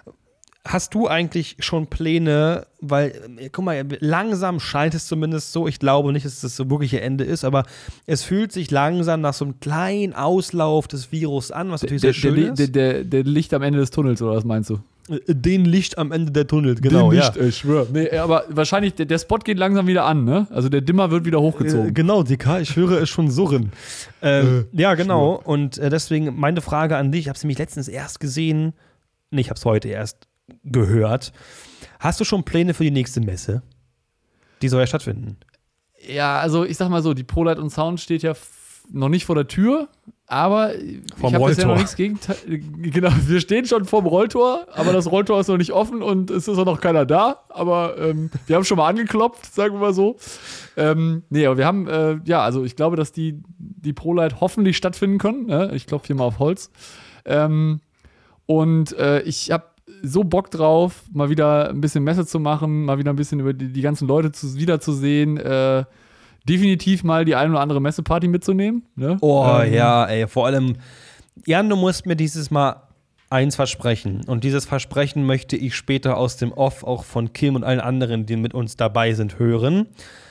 hast du eigentlich schon Pläne, weil, äh, guck mal, langsam scheint es zumindest so, ich glaube nicht, dass das so wirkliche Ende ist, aber es fühlt sich langsam nach so einem kleinen Auslauf des Virus an, was natürlich Der, sehr schön der, ist. der, der, der Licht am Ende des Tunnels, oder was meinst du? Äh, Den Licht am Ende der Tunnel, genau, Den ja. Licht, ich schwör. Nee, aber wahrscheinlich, der, der Spot geht langsam wieder an, ne? Also der Dimmer wird wieder Äh, hochgezogen. genau, Dicker, ich höre es schon surren. Ähm, ja, genau. Und äh, deswegen meine Frage an dich, ich habe es nämlich letztens erst gesehen, nee, ich habe es heute erst gehört. Hast du schon Pläne für die nächste Messe? Die soll ja stattfinden. Ja, also ich sag mal so, die ProLight und Sound steht ja f- noch nicht vor der Tür, aber Vorm ich habe bisher Rolltor. noch nichts gegen. Genau, wir stehen schon vorm Rolltor, aber das Rolltor ist noch nicht offen und es ist auch noch keiner da. Aber ähm, wir haben schon mal angeklopft, sagen wir mal so. Ähm, nee, aber wir haben, äh, ja, also ich glaube, dass die, die ProLight hoffentlich stattfinden können. Ne? Ich klopfe hier mal auf Holz. Ähm, und äh, ich habe so Bock drauf, mal wieder ein bisschen Messe zu machen, mal wieder ein bisschen über die, die ganzen Leute zu, wiederzusehen. Äh, definitiv mal die ein oder andere Messeparty mitzunehmen. Ne? Oh Ähm, ja, ey, vor allem, Jan, du musst mir dieses Mal eins versprechen. Und dieses Versprechen möchte ich später aus dem Off auch von Kim und allen anderen, die mit uns dabei sind, hören.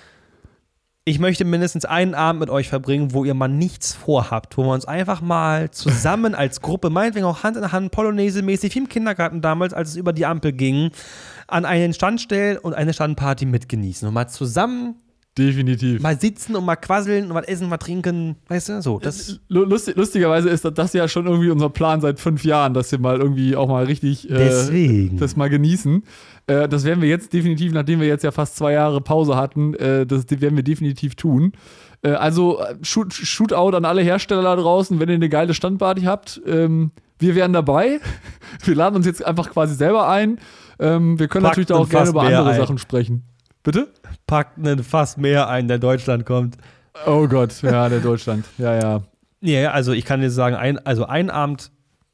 Ich möchte mindestens einen Abend mit euch verbringen, wo ihr mal nichts vorhabt, wo wir uns einfach mal zusammen als Gruppe, meinetwegen auch Hand in Hand, Polonaise-mäßig, wie im Kindergarten damals, als es über die Ampel ging, an einen Stand stellen und eine Standparty mitgenießen und mal zusammen Definitiv. Mal sitzen und mal quasseln und was essen, mal trinken, weißt du, so. Das Lustig, lustigerweise ist das ja schon irgendwie unser Plan seit fünf Jahren, dass wir mal irgendwie auch mal richtig äh, Deswegen. das mal genießen. Äh, das werden wir jetzt definitiv, nachdem wir jetzt ja fast zwei Jahre Pause hatten, äh, das werden wir definitiv tun. Äh, also shoot, Shootout an alle Hersteller da draußen, wenn ihr eine geile Standparty habt. Ähm, wir wären dabei. Wir laden uns jetzt einfach quasi selber ein. Ähm, wir können Packt natürlich da auch gerne über andere ein. Sachen sprechen. Bitte? Packt einen Fass mehr ein, der Deutschland kommt. Oh Gott, ja, der Deutschland. Ja, ja. Ja, also ich kann dir sagen, ein, also ein Abend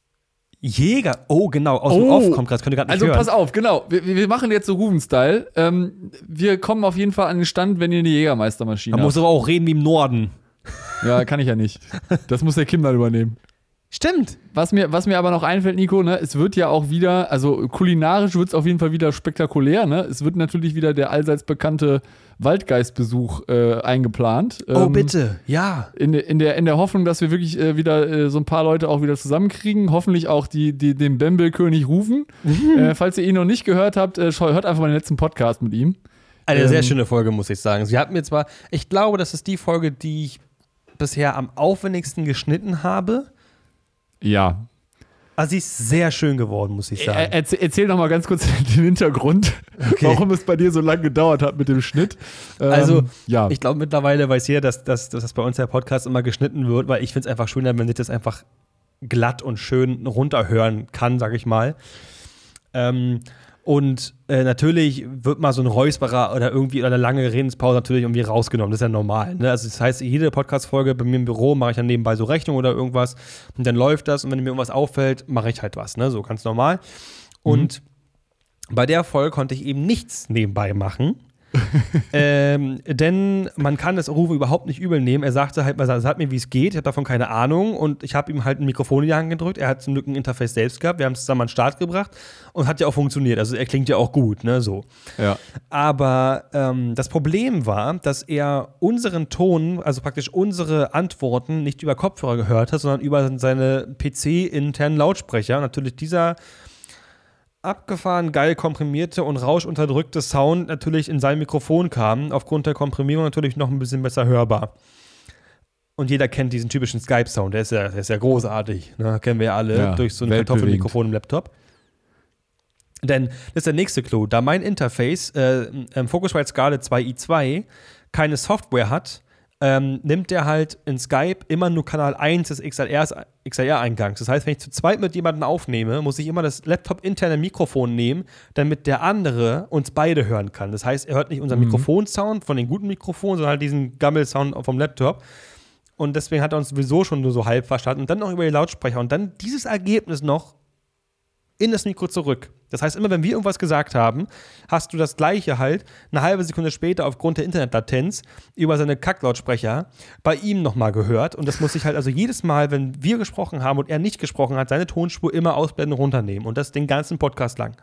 Jäger, oh genau, aus dem Oh. Off kommt gerade, könnt ihr gerade nicht Also hören. pass auf, genau. Wir, wir machen jetzt so Ruven-Style. Ähm, wir kommen auf jeden Fall an den Stand, wenn ihr eine Jägermeistermaschine Man habt. muss aber auch reden wie im Norden. Ja, kann ich ja nicht. Das muss der Kim dann übernehmen. Stimmt. Was mir, was mir aber noch einfällt, Nico, ne, es wird ja auch wieder, also kulinarisch wird es auf jeden Fall wieder spektakulär, ne? Es wird natürlich wieder der allseits bekannte Waldgeistbesuch äh, eingeplant. Oh, Ähm, bitte, ja. In, in, der, in der Hoffnung, dass wir wirklich äh, wieder äh, so ein paar Leute auch wieder zusammenkriegen. Hoffentlich auch die, die, den Bembel-König rufen. Mhm. Äh, falls ihr ihn noch nicht gehört habt, äh, hört einfach mal den letzten Podcast mit ihm. Eine Ähm, sehr schöne Folge, muss ich sagen. Sie hat mir zwar, ich glaube, das ist die Folge, die ich bisher am aufwendigsten geschnitten habe. Ja. Also sie ist sehr schön geworden, muss ich sagen. Er, erzähl, erzähl noch mal ganz kurz den Hintergrund, Okay. warum es bei dir so lange gedauert hat mit dem Schnitt. Ähm, Also, ja. Ich glaube, mittlerweile weiß jeder, dass, dass, dass das bei uns der Podcast immer geschnitten wird, weil ich finde es einfach schöner, wenn sich das einfach glatt und schön runterhören kann, sag ich mal. Ähm, und äh, natürlich wird mal so ein Räusperer oder irgendwie oder eine lange Redenspause natürlich irgendwie rausgenommen. Das ist ja normal. Ne? Also das heißt, jede Podcast-Folge bei mir im Büro mache ich dann nebenbei so Rechnung oder irgendwas und dann läuft das und wenn mir irgendwas auffällt, mache ich halt was. Ne? So ganz normal. Und bei der Folge konnte ich eben nichts nebenbei machen. ähm, denn man kann das Rufe überhaupt nicht übel nehmen. Er sagte halt, er sagt mir, wie es geht. Ich habe davon keine Ahnung und ich habe ihm halt ein Mikrofon in die Hand gedrückt. Er hat zum Glück ein Interface selbst gehabt. Wir haben es zusammen an den Start gebracht und hat ja auch funktioniert. Also er klingt ja auch gut, ne, so. ja. Aber ähm, das Problem war, dass er unseren Ton, also praktisch unsere Antworten nicht über Kopfhörer gehört hat, sondern über seine P C-internen Lautsprecher. Natürlich dieser abgefahren, geil komprimierte und rauschunterdrückte Sound natürlich in sein Mikrofon kam, aufgrund der Komprimierung natürlich noch ein bisschen besser hörbar. Und jeder kennt diesen typischen Skype-Sound, der ist ja, der ist ja großartig, ne? Kennen wir ja alle, Ja, durch so ein weltbewegend. Kartoffelmikrofon im Laptop. Denn das ist der nächste Clou, da mein Interface, äh, ähm, Focusrite Scarlett zwei i zwei, keine Software hat, ähm, nimmt er halt in Skype immer nur Kanal eins des X L R-Eingangs. Das heißt, wenn ich zu zweit mit jemandem aufnehme, muss ich immer das Laptop-interne Mikrofon nehmen, damit der andere uns beide hören kann. Das heißt, er hört nicht unseren Mhm. Mikrofonsound von den guten Mikrofonen, sondern halt diesen Gammel-Sound vom Laptop. Und deswegen hat er uns sowieso schon nur so halb verstanden. Und dann noch über die Lautsprecher. Und dann dieses Ergebnis noch in das Mikro zurück. Das heißt, immer wenn wir irgendwas gesagt haben, hast du das Gleiche halt eine halbe Sekunde später aufgrund der Internetlatenz über seine Kacklautsprecher bei ihm nochmal gehört. Und das muss ich halt also jedes Mal, wenn wir gesprochen haben und er nicht gesprochen hat, seine Tonspur immer ausblenden und runternehmen. Und das den ganzen Podcast lang.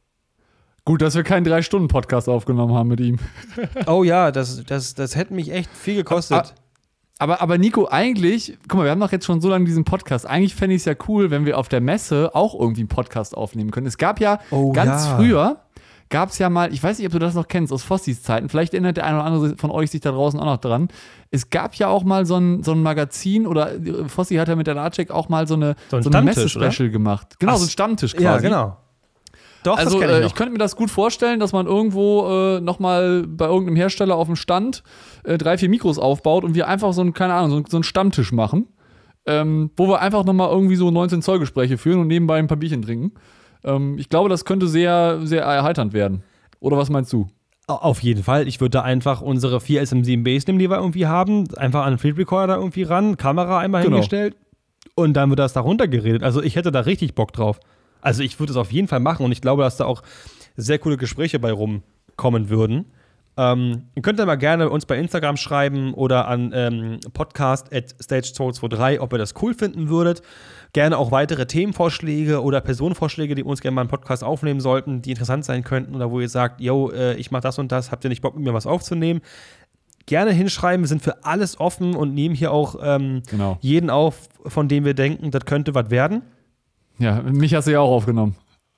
Gut, dass wir keinen drei Stunden Podcast aufgenommen haben mit ihm. Oh ja, das, das, das hätte mich echt viel gekostet. Ah, Aber, aber Nico, eigentlich, guck mal, wir haben doch jetzt schon so lange diesen Podcast. Eigentlich fände ich es ja cool, wenn wir auf der Messe auch irgendwie einen Podcast aufnehmen können. Es gab ja Oh, ganz ja. früher, gab es ja mal, ich weiß nicht, ob du das noch kennst, aus Fossis Zeiten, vielleicht erinnert der eine oder andere von euch sich da draußen auch noch dran. Es gab ja auch mal so ein, so ein Magazin, oder Fossi hat ja mit der Latschek auch mal so eine, So ein so eine Stammtisch, Messe-Special gemacht. Genau, Ach, so ein Stammtisch quasi. Ja, genau. Doch, Also das kenn ich äh, noch. ich könnte mir das gut vorstellen, dass man irgendwo äh, nochmal bei irgendeinem Hersteller auf dem Stand äh, drei, vier Mikros aufbaut und wir einfach so einen, keine Ahnung, so, einen- so einen Stammtisch machen, ähm, wo wir einfach nochmal irgendwie so neunzehn Zoll Gespräche führen und nebenbei ein paar Bierchen trinken. Ähm, ich glaube, das könnte sehr, sehr erheiternd werden. Oder was meinst du? Auf jeden Fall. Ich würde da einfach unsere vier S M sieben Bs nehmen, die wir irgendwie haben, einfach an einen Field Recorder irgendwie ran, Kamera einmal Genau. hingestellt und dann wird das da runtergeredet. Also ich hätte da richtig Bock drauf. Also ich würde es auf jeden Fall machen und ich glaube, dass da auch sehr coole Gespräche bei rumkommen würden. Ähm, ihr könnt ja mal gerne uns bei Instagram schreiben oder an ähm, podcast at stage zwei zwei drei, ob ihr das cool finden würdet. Gerne auch weitere Themenvorschläge oder Personenvorschläge, die uns gerne mal einen Podcast aufnehmen sollten, die interessant sein könnten oder wo ihr sagt, yo, äh, ich mache das und das, habt ihr nicht Bock, mit mir was aufzunehmen? Gerne hinschreiben, wir sind für alles offen und nehmen hier auch ähm, Genau. jeden auf, von dem wir denken, das könnte was werden. Ja, mich hast du ja auch aufgenommen.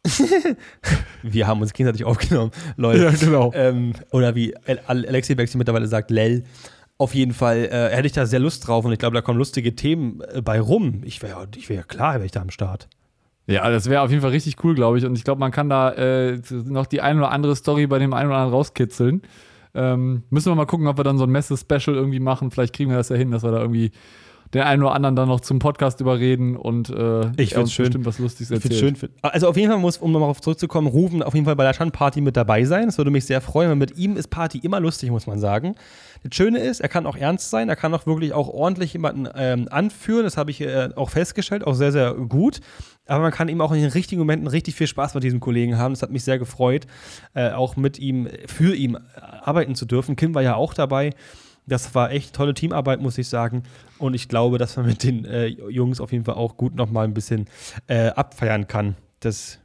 Wir haben uns gegenseitig aufgenommen, Leute. Ja, genau. Ähm, oder wie Alexi Bexi mittlerweile sagt, Lel. Auf jeden Fall äh, hätte ich da sehr Lust drauf und ich glaube, da kommen lustige Themen äh, bei rum. Ich wäre ich wär klar, wäre ich da am Start. Ja, das wäre auf jeden Fall richtig cool, glaube ich. Und ich glaube, man kann da äh, noch die ein oder andere Story bei dem einen oder anderen rauskitzeln. Ähm, müssen wir mal gucken, ob wir dann so ein Messe-Special irgendwie machen. Vielleicht kriegen wir das ja hin, dass wir da irgendwie den einen oder anderen dann noch zum Podcast überreden und äh, ich er uns schön. bestimmt was Lustiges ich erzählt. Schön. Also auf jeden Fall muss, um nochmal darauf zurückzukommen, Rufen auf jeden Fall bei der Schan-Party mit dabei sein. Das würde mich sehr freuen, weil mit ihm ist Party immer lustig, muss man sagen. Das Schöne ist, er kann auch ernst sein, er kann auch wirklich auch ordentlich jemanden ähm, anführen. Das habe ich äh, auch festgestellt, auch sehr, sehr gut. Aber man kann ihm auch in den richtigen Momenten richtig viel Spaß mit diesem Kollegen haben. Das hat mich sehr gefreut, äh, auch mit ihm, für ihn arbeiten zu dürfen. Kim war ja auch dabei. Das war echt tolle Teamarbeit, muss ich sagen. Und ich glaube, dass man mit den äh, Jungs auf jeden Fall auch gut noch mal ein bisschen äh, abfeiern kann. Das,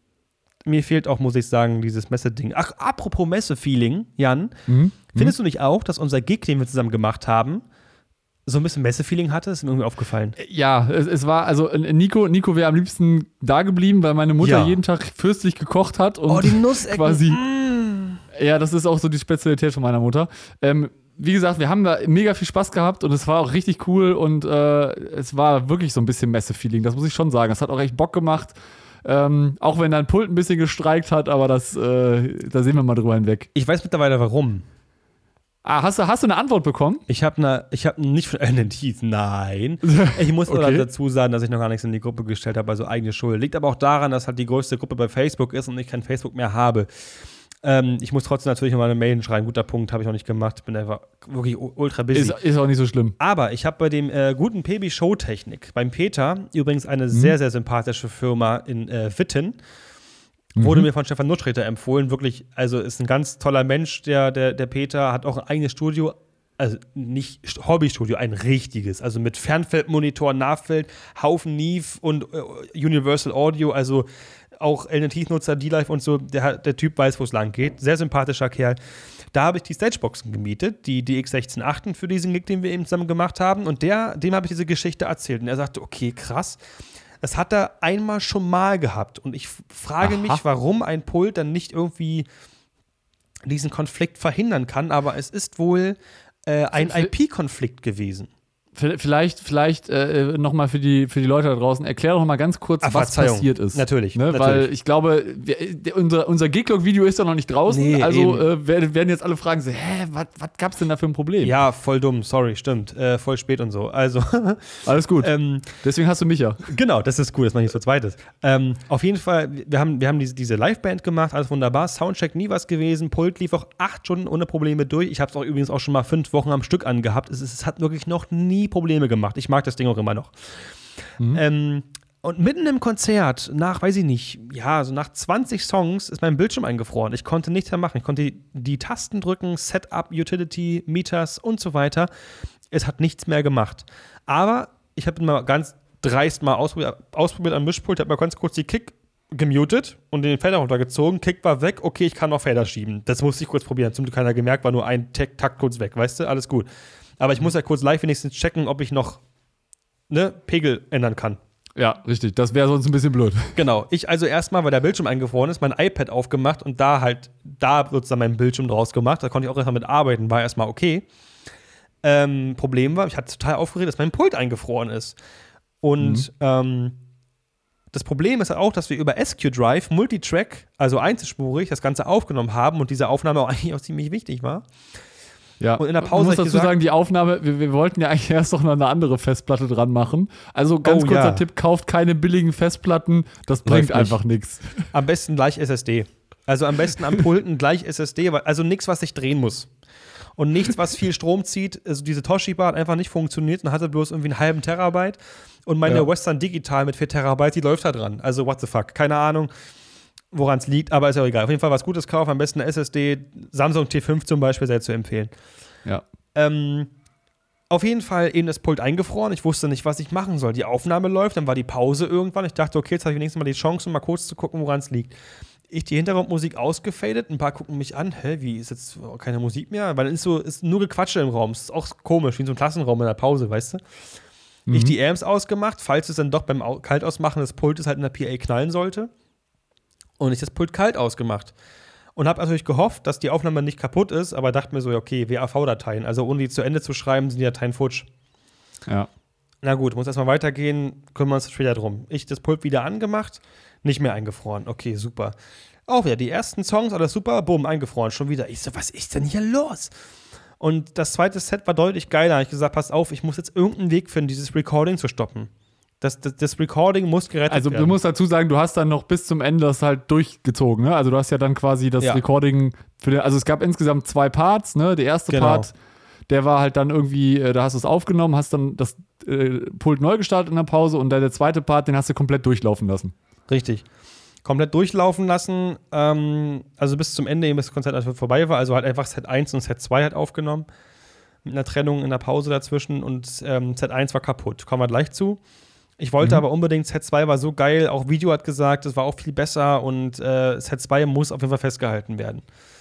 mir fehlt auch, muss ich sagen, dieses Messe-Ding. Ach, apropos Messe-Feeling, Jan. Mhm. Findest du nicht auch, dass unser Gig, den wir zusammen gemacht haben, so ein bisschen Messe-Feeling hatte? Ist mir irgendwie aufgefallen. Ja, es, es war, also Nico, Nico wäre am liebsten da geblieben, weil meine Mutter Ja. jeden Tag fürstlich gekocht hat. Und Oh, die Nussecken. quasi. Mm. Ja, das ist auch so die Spezialität von meiner Mutter. Ähm, wie gesagt, wir haben da mega viel Spaß gehabt und es war auch richtig cool und äh, es war wirklich so ein bisschen Messe-Feeling, das muss ich schon sagen. Es hat auch echt Bock gemacht, ähm, auch wenn dein Pult ein bisschen gestreikt hat, aber das, äh, da sehen wir mal drüber hinweg. Ich weiß mittlerweile, warum. Ah, hast du, hast du eine Antwort bekommen? Ich habe ne, ich habe nicht von N T, nein. Ich muss Okay. okay. dazu sagen, dass ich noch gar nichts in die Gruppe gestellt habe, also eigene Schuld. Liegt aber auch daran, dass halt die größte Gruppe bei Facebook ist und ich kein Facebook mehr habe. Ähm, ich muss trotzdem natürlich noch mal eine Mail schreiben. Guter Punkt, habe ich noch nicht gemacht. Ich bin einfach wirklich u- ultra busy. Ist, ist auch nicht so schlimm. Aber ich habe bei dem äh, guten P B Showtechnik, beim Peter, übrigens eine sehr, sehr sympathische Firma in äh, Witten, wurde mir von Stefan Nutträter empfohlen. Wirklich, also ist ein ganz toller Mensch, der, der, der Peter, hat auch ein eigenes Studio, also nicht Hobbystudio, ein richtiges, also mit Fernfeldmonitor, Nahfeld, Haufen Neve und äh, Universal Audio, also auch L N T-Nutzer, D-Live und so, der, der Typ weiß, wo es lang geht. Sehr sympathischer Kerl. Da habe ich die Stageboxen gemietet, die D X sechzehn acht für diesen Gig, den wir eben zusammen gemacht haben. Und der, dem habe ich diese Geschichte erzählt. Und er sagte, okay, krass. Das hat er einmal schon mal gehabt. Und ich f- frage Aha. mich, warum ein Pult dann nicht irgendwie diesen Konflikt verhindern kann. Aber es ist wohl äh, ein V- I P-Konflikt gewesen. V- Vielleicht, vielleicht äh, nochmal für die, für die Leute da draußen, erklär doch mal ganz kurz, Ach, was Verzeihung. passiert ist. Natürlich, Ne? natürlich. Weil ich glaube, wir, der, unser, unser Giglog-Video ist ja noch nicht draußen, Nee, also eben. äh, werden, werden jetzt alle fragen, so, hä, was gab's denn da für ein Problem? Ja, voll dumm, sorry, stimmt. Äh, voll spät und so. Also, Alles gut. ähm, Deswegen hast du mich ja. Genau, das ist cool, dass man nicht so zweit ist. Ähm, auf jeden Fall, wir haben, wir haben diese, diese Liveband gemacht, alles wunderbar. Soundcheck nie was gewesen. Pult lief auch acht Stunden ohne Probleme durch. Ich habe es auch übrigens auch schon mal fünf Wochen am Stück angehabt. Es, ist, es hat wirklich noch nie Probleme gemacht. Ich mag das Ding auch immer noch. Mhm. Ähm, und mitten im Konzert, nach, weiß ich nicht, ja, so nach zwanzig Songs ist mein Bildschirm eingefroren. Ich konnte nichts mehr machen. Ich konnte die, die Tasten drücken, Setup, Utility, Meters und so weiter. Es hat nichts mehr gemacht. Aber ich habe mal ganz dreist mal ausprobiert, ausprobiert am Mischpult, habe mal ganz kurz die Kick gemutet und den Fader runtergezogen. Kick war weg, okay, ich kann noch Fader schieben. Das musste ich kurz probieren. Zum Glück keiner gemerkt, war nur ein Takt, Takt kurz weg, weißt du, alles gut. Aber ich muss ja kurz live wenigstens checken, ob ich noch ne, Pegel ändern kann. Ja, richtig. Das wäre sonst ein bisschen blöd. Genau. Ich also erstmal, weil der Bildschirm eingefroren ist, mein iPad aufgemacht und da halt, da sozusagen meinen Bildschirm draus gemacht. Da konnte ich auch erstmal mit arbeiten, war erstmal okay. Ähm, Problem war, ich hatte total aufgeregt, dass mein Pult eingefroren ist. Und Mhm. ähm, das Problem ist auch, dass wir über S Q Drive Multitrack, also einzelspurig, das Ganze aufgenommen haben und diese Aufnahme auch eigentlich auch ziemlich wichtig war. Ja. Und in der Pause Du musst hab ich dazu gesagt- sagen, die Aufnahme, wir, wir wollten ja eigentlich erst noch eine andere Festplatte dran machen. Also ganz Oh, kurzer ja. Tipp, kauft keine billigen Festplatten, das bringt Läuft nicht. einfach nichts. Am besten gleich S S D. Also am besten am Pulten gleich S S D, weil- also nichts, was sich drehen muss. Und nichts, was viel Strom zieht. Also diese Toshiba hat einfach nicht funktioniert und hatte bloß irgendwie einen halben Terabyte. Und meine Ja. Western Digital mit vier Terabyte, die läuft da dran. Also what the fuck. Keine Ahnung, woran es liegt, aber ist ja auch egal. Auf jeden Fall was Gutes kaufen, am besten eine S S D. Samsung T fünf zum Beispiel sei zu empfehlen. Ja. Ähm, auf jeden Fall eben das Pult eingefroren. Ich wusste nicht, was ich machen soll. Die Aufnahme läuft, dann war die Pause irgendwann. Ich dachte, okay, jetzt habe ich wenigstens mal die Chance, um mal kurz zu gucken, woran es liegt. Ich die Hintergrundmusik ausgefadet, ein paar gucken mich an, hä, wie, ist jetzt keine Musik mehr? Weil dann ist so, ist nur Gequatsche im Raum. Es ist auch komisch, wie in so einem Klassenraum in der Pause, weißt du? Mhm. Ich die Amps ausgemacht, falls es dann doch beim Au- Kaltausmachen des Pultes halt in der P A knallen sollte. Und ich das Pult kalt ausgemacht. Und habe natürlich gehofft, dass die Aufnahme nicht kaputt ist, aber dachte mir so, okay, W A V-Dateien. Also ohne die zu Ende zu schreiben, sind die Dateien futsch. Ja. Na gut, muss erstmal weitergehen, kümmern wir uns später drum. Ich das Pult wieder angemacht, nicht mehr eingefroren. Okay, super. Auch wieder die ersten Songs, alles super, bumm, eingefroren, schon wieder. Ich so, was ist denn hier los? Und das zweite Set war deutlich geiler. Ich gesagt, pass auf, ich muss jetzt irgendeinen Weg finden, dieses Recording zu stoppen. Das, das, das Recording muss gerettet also, werden. Also du musst dazu sagen, du hast dann noch bis zum Ende das halt durchgezogen, ne? Also du hast ja dann quasi das ja. Recording für den, also es gab insgesamt zwei Parts, ne? Der erste genau. Part, der war halt dann irgendwie, äh, da hast du es aufgenommen, hast dann das äh, Pult neu gestartet in der Pause und der, der zweite Part, den hast du komplett durchlaufen lassen. Richtig. Komplett durchlaufen lassen, ähm, also bis zum Ende, bis das Konzert also vorbei war, also halt einfach Set eins und Set zwei halt aufgenommen, mit einer Trennung in der Pause dazwischen und ähm, Set eins war kaputt, kommen wir gleich zu. Ich wollte mhm. aber unbedingt, Set zwei war so geil, auch Video hat gesagt, es war auch viel besser und äh, Set zwei muss auf jeden Fall festgehalten werden.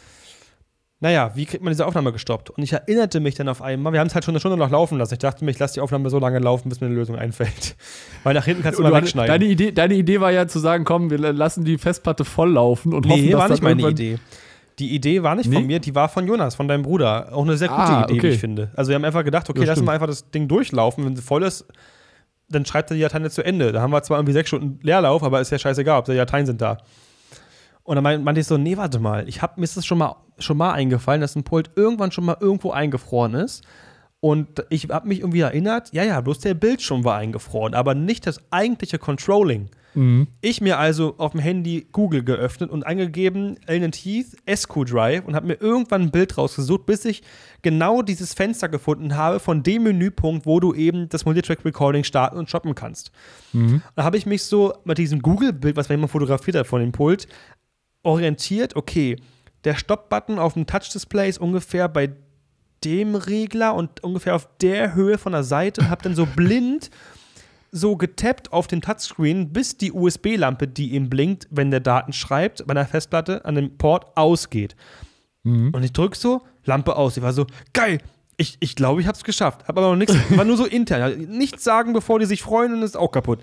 Naja, wie kriegt man diese Aufnahme gestoppt? Und ich erinnerte mich dann auf einmal, wir haben es halt schon eine Stunde noch laufen lassen. Ich dachte mir, ich lasse die Aufnahme so lange laufen, bis mir eine Lösung einfällt. Weil nach hinten kannst du, du mal wegschneiden. Deine Idee, deine Idee war ja zu sagen, komm, wir lassen die Festplatte voll laufen und nee, hoffen, dass war nicht das meine Idee. Die Idee war nicht nee? von mir, die war von Jonas, von deinem Bruder. Auch eine sehr gute ah, Idee, okay. wie ich finde. Also wir haben einfach gedacht, okay, ja, lassen stimmt. wir einfach das Ding durchlaufen. Wenn sie voll ist, dann schreibt er die Dateien zu Ende. Da haben wir zwar irgendwie sechs Stunden Leerlauf, aber ist ja scheißegal, ob die Dateien sind da. Und dann meinte ich so, nee, warte mal, ich hab, mir ist das schon mal, schon mal eingefallen, dass ein Pult irgendwann schon mal irgendwo eingefroren ist. Und ich habe mich irgendwie erinnert, ja, ja, bloß der Bildschirm war eingefroren, aber nicht das eigentliche Controlling. Mhm. Ich mir also auf dem Handy Google geöffnet und eingegeben, Allen and Heath, S Q Drive und habe mir irgendwann ein Bild rausgesucht, bis ich genau dieses Fenster gefunden habe von dem Menüpunkt, wo du eben das Multitrack-Recording starten und shoppen kannst. Mhm. Da habe ich mich so mit diesem Google-Bild, was man immer fotografiert hat von dem Pult, orientiert, okay, der Stop-Button auf dem Touch-Display ist ungefähr bei dem Regler und ungefähr auf der Höhe von der Seite und habe dann so blind so getappt auf dem Touchscreen, bis die U S B-Lampe, die eben blinkt, wenn der Daten schreibt, bei einer Festplatte an dem Port ausgeht. Mhm. Und ich drück so, Lampe aus. Ich war so, geil, ich, ich glaube, ich hab's geschafft. Hab aber noch nichts, war nur so intern. Nichts sagen, bevor die sich freuen und ist auch kaputt.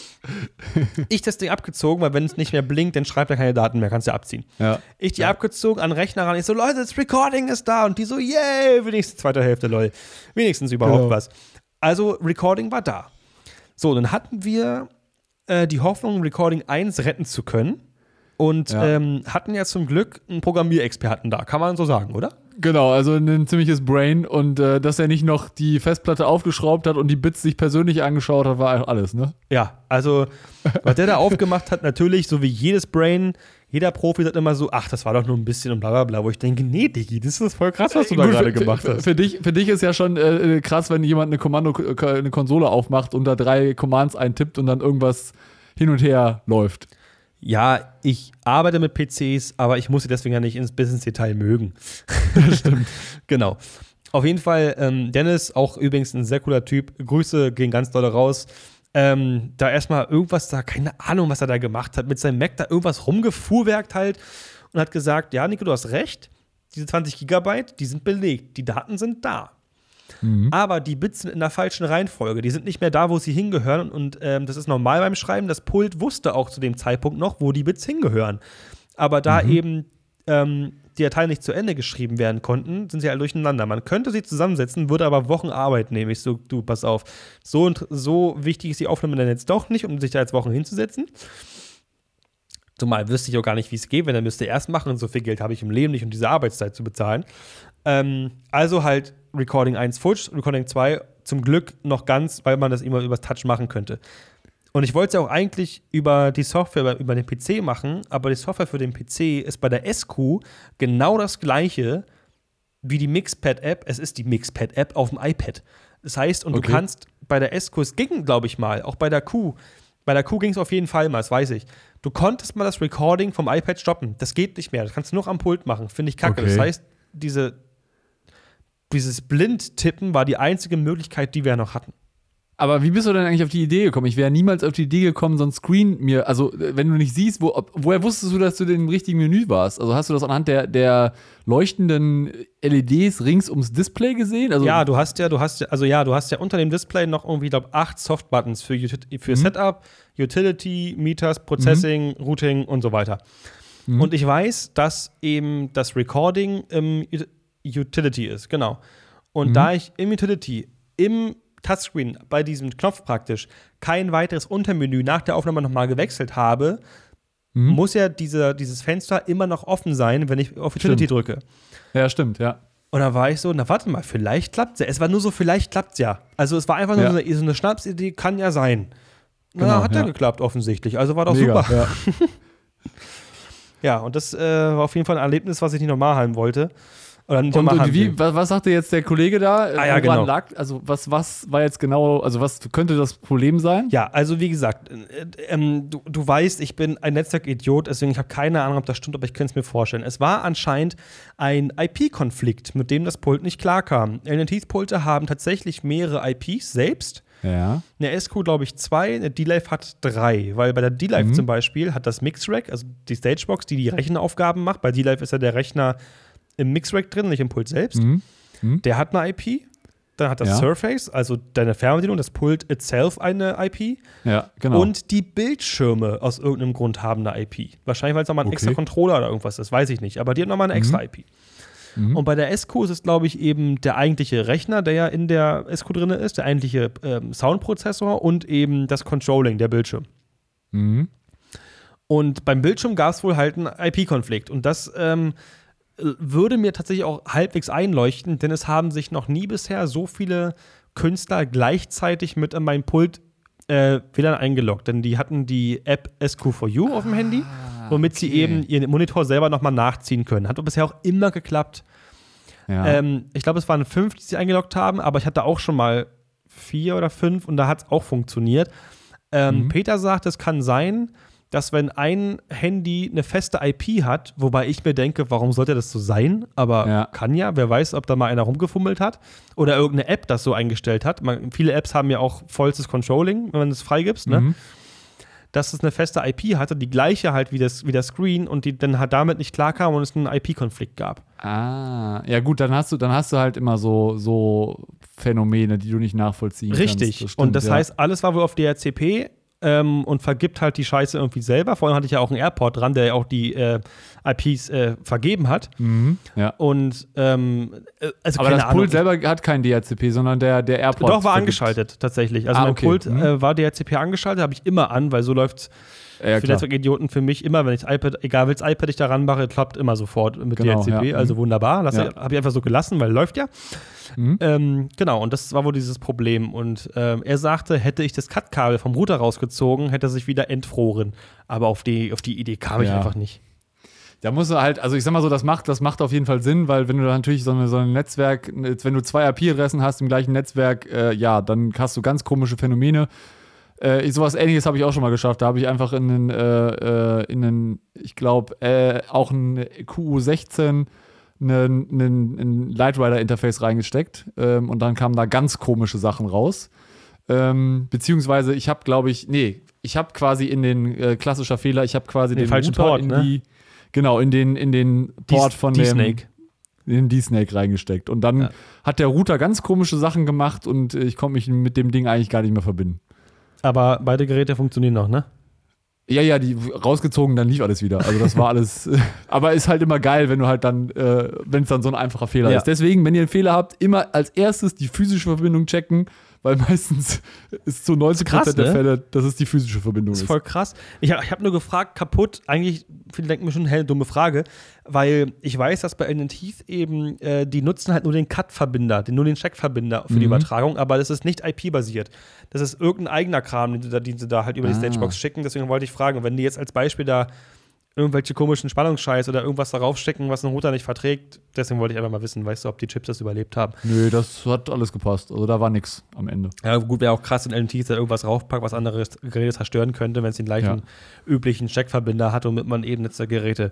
Ich das Ding abgezogen, weil wenn es nicht mehr blinkt, dann schreibt er keine Daten mehr, kannst du abziehen. Ja. Ich die ja. abgezogen, an den Rechner ran, ich so, Leute, das Recording ist da. Und die so, yay, wenigstens zweite Hälfte, lol. Wenigstens überhaupt genau. was. Also, Recording war da. So, dann hatten wir äh, die Hoffnung, Recording eins retten zu können. Und ja. ähm, hatten ja zum Glück einen Programmierexperten da, kann man so sagen, oder? Genau, also ein ziemliches Brain und äh, dass er nicht noch die Festplatte aufgeschraubt hat und die Bits sich persönlich angeschaut hat, war alles, ne? Ja, also was der da aufgemacht hat, natürlich, so wie jedes Brain, jeder Profi sagt immer so, ach, das war doch nur ein bisschen und bla bla bla, wo ich denke, nee, Digi, das ist voll krass, was du da gerade gemacht für, hast. Für dich, für dich ist ja schon äh, krass, wenn jemand eine Kommando, eine Konsole aufmacht und da drei Commands eintippt und dann irgendwas hin und her läuft. Ja, ich arbeite mit P Cs, aber ich muss sie deswegen ja nicht ins Business-Detail mögen. Das stimmt. Genau. Auf jeden Fall, ähm, Dennis, auch übrigens ein sehr cooler Typ. Grüße gehen ganz doll raus. Ähm, da erstmal irgendwas da, keine Ahnung, was er da gemacht hat, mit seinem Mac da irgendwas rumgefuhrwerkt halt und hat gesagt, ja, Nico, du hast recht, diese zwanzig Gigabyte, die sind belegt, die Daten sind da. Mhm. Aber die Bits sind in der falschen Reihenfolge. Die sind nicht mehr da, wo sie hingehören. Und ähm, das ist normal beim Schreiben. Das Pult wusste auch zu dem Zeitpunkt noch, wo die Bits hingehören. Aber da mhm. eben ähm, die Dateien nicht zu Ende geschrieben werden konnten, sind sie halt durcheinander. Man könnte sie zusammensetzen, würde aber Wochen Arbeit nehmen. Ich so, du, pass auf. So, so wichtig ist die Aufnahme dann jetzt doch nicht, um sich da jetzt Wochen hinzusetzen. Zumal wüsste ich auch gar nicht, wie es geht, wenn er müsste erst machen. Und so viel Geld habe ich im Leben nicht, um diese Arbeitszeit zu bezahlen. Ähm, also halt Recording eins futsch, Recording zwei zum Glück noch ganz, weil man das immer übers Touch machen könnte. Und ich wollte es ja auch eigentlich über die Software, über, über den P C machen, aber die Software für den P C ist bei der S Q genau das gleiche wie die Mixpad-App. Es ist die Mixpad-App auf dem iPad. Das heißt, und okay. du kannst bei der S Q, es ging, glaube ich mal, auch bei der Q, bei der Q ging es auf jeden Fall mal, das weiß ich. Du konntest mal das Recording vom iPad stoppen. Das geht nicht mehr. Das kannst du nur am Pult machen. Finde ich kacke. Okay. Das heißt, diese Dieses Blindtippen war die einzige Möglichkeit, die wir noch hatten. Aber wie bist du denn eigentlich auf die Idee gekommen? Ich wäre niemals auf die Idee gekommen, so ein Screen mir, also wenn du nicht siehst, wo, ob, woher wusstest du, dass du im richtigen Menü warst? Also hast du das anhand der, der leuchtenden L E Ds rings ums Display gesehen? Also ja, du hast ja, du hast ja, also ja, du hast ja unter dem Display noch irgendwie, glaube acht Softbuttons für, für mhm. Setup, Utility, Meters, Processing, mhm. Routing und so weiter. Mhm. Und ich weiß, dass eben das Recording im Utility ist, genau. Und mhm. da ich im Utility, im Touchscreen, bei diesem Knopf praktisch, kein weiteres Untermenü nach der Aufnahme nochmal gewechselt habe, mhm. muss ja diese, dieses Fenster immer noch offen sein, wenn ich auf Utility stimmt. drücke. Ja, stimmt, ja. Und da war ich so, na warte mal, vielleicht klappt's ja. Es war nur so, vielleicht klappt's ja. Also es war einfach nur ja. so, eine, so eine Schnapsidee, kann ja sein. Na, genau, hat ja ja geklappt offensichtlich, also war doch Mega, super. Ja. ja, und das äh, war auf jeden Fall ein Erlebnis, was ich nicht normal haben wollte. Oder nicht und, normal und haben wie, will. was, was sagte jetzt der Kollege da? Ah, ja, Woran genau. lag, also was, was war jetzt genau, also was könnte das Problem sein? Ja, also wie gesagt, äh, ähm, du, du weißt, ich bin ein Netzwerkidiot, deswegen ich habe keine Ahnung, ob das stimmt, aber ich könnte es mir vorstellen. Es war anscheinend ein I P-Konflikt, mit dem das Pult nicht klarkam. L N Ts-Pulte haben tatsächlich mehrere I Ps selbst. Ja. Eine S Q, glaube ich, zwei, eine D-Live hat drei. Weil bei der D-Live mhm. zum Beispiel hat das Mix-Rack, also die Stagebox, die die Rechenaufgaben macht. Bei D-Live ist ja der Rechner im Mix-Rack drin, nicht im Pult selbst. Mhm. Mhm. Der hat eine I P. Dann hat das ja. Surface, also deine Fernbedienung, das Pult itself eine I P. Ja, genau. Und die Bildschirme aus irgendeinem Grund haben eine I P. Wahrscheinlich, weil es nochmal ein okay. extra Controller oder irgendwas ist, weiß ich nicht. Aber die haben nochmal eine extra mhm. I P. Mhm. Und bei der S Q ist es, glaube ich, eben der eigentliche Rechner, der ja in der S Q drin ist, der eigentliche ähm, Soundprozessor und eben das Controlling, der Bildschirm. Mhm. Und beim Bildschirm gab es wohl halt einen I P-Konflikt. Und das ähm, würde mir tatsächlich auch halbwegs einleuchten, denn es haben sich noch nie bisher so viele Künstler gleichzeitig mit in mein Pult äh, W L A N eingeloggt. Denn die hatten die App S Q for You auf dem Handy, womit okay. sie eben ihren Monitor selber nochmal nachziehen können. Hat bisher auch immer geklappt. Ja. Ähm, ich glaube, es waren fünf, die sich eingeloggt haben, aber ich hatte auch schon mal vier oder fünf und da hat es auch funktioniert. Ähm, mhm. Peter sagt, es kann sein, dass wenn ein Handy eine feste I P hat, wobei ich mir denke, warum sollte das so sein? Aber ja. kann ja, wer weiß, ob da mal einer rumgefummelt hat oder irgendeine App das so eingestellt hat. Man, viele Apps haben ja auch vollstes Controlling, wenn man das freigibst, ne? Mhm. Dass es eine feste I P hatte, die gleiche halt wie, das, wie der Screen und die dann halt damit nicht klarkam und es einen I P-Konflikt gab. Ah, ja gut, dann hast du, dann hast du halt immer so, so Phänomene, die du nicht nachvollziehen Richtig. kannst. Richtig. Und das ja. heißt, alles war wohl auf D H C P ähm, und vergibt halt die Scheiße irgendwie selber. Vorhin hatte ich ja auch einen AirPort dran, der ja auch die äh, I Ps äh, vergeben hat. Mhm, ja. Und ähm, also aber keine das Ahnung. Pult selber hat kein D H C P, sondern der, der AirPort. Doch, war vergibt. angeschaltet tatsächlich. Also ah, mein okay. Pult mhm. äh, war D H C P angeschaltet, habe ich immer an, weil so läuft ja, für Netzwerkidioten für mich immer, wenn ich das iPad, egal welches iPad ich da ranmache, klappt immer sofort mit genau, D H C P. Ja. Also wunderbar. Das ja. habe ich einfach so gelassen, weil läuft ja. Mhm. Ähm, genau, und das war wohl dieses Problem. Und ähm, er sagte, hätte ich das Cut-Kabel vom Router rausgezogen, hätte er sich wieder entfroren. Aber auf die, auf die Idee kam ich ja. einfach nicht. Da musst du halt, also ich sag mal so, das macht, das macht auf jeden Fall Sinn, weil wenn du da natürlich so, eine, so ein Netzwerk, wenn du zwei I P-Adressen hast im gleichen Netzwerk, äh, ja, dann hast du ganz komische Phänomene. Äh, sowas Ähnliches habe ich auch schon mal geschafft. Da habe ich einfach in einen, äh, in einen ich glaube, äh, auch ein Q U sechzehn einen, einen, ein Lightrider-Interface reingesteckt ähm, und dann kamen da ganz komische Sachen raus. Ähm, beziehungsweise ich habe, glaube ich, nee, ich habe quasi in den, äh, klassischer Fehler, ich habe quasi den, den falschen Router Port, in ne? die, genau, in den, in den Port die, von die dem Snake. in den D-Snake reingesteckt. Und dann ja. hat der Router ganz komische Sachen gemacht und ich konnte mich mit dem Ding eigentlich gar nicht mehr verbinden. Aber beide Geräte funktionieren noch, ne? Ja, ja, die rausgezogen, dann lief alles wieder. Also das war alles, aber ist halt immer geil, wenn du halt dann, äh, wenn es dann so ein einfacher Fehler ja. ist. Deswegen, wenn ihr einen Fehler habt, immer als erstes die physische Verbindung checken, weil meistens ist zu neunzig Prozent krass, der ne? Fälle, dass es die physische Verbindung ist. Das ist voll krass. Ich, ich habe nur gefragt, kaputt, eigentlich, viele denken mir schon, hell, dumme Frage, weil ich weiß, dass bei L N Ts eben, äh, die nutzen halt nur den Cut-Verbinder, den, nur den Check-Verbinder für mhm. die Übertragung, aber das ist nicht I P-basiert. Das ist irgendein eigener Kram, den sie da, den sie da halt über ah. die Stagebox schicken, deswegen wollte ich fragen, wenn die jetzt als Beispiel da irgendwelche komischen Spannungsscheiß oder irgendwas darauf stecken, was ein Router nicht verträgt. Deswegen wollte ich einfach mal wissen, weißt du, ob die Chips das überlebt haben. Nö, das hat alles gepasst. Also da war nix am Ende. Ja, gut, wäre auch krass, wenn L N Ts da irgendwas raufpackt, was andere Geräte zerstören könnte, wenn es den gleichen ja. üblichen Checkverbinder hat, womit man eben jetzt Geräte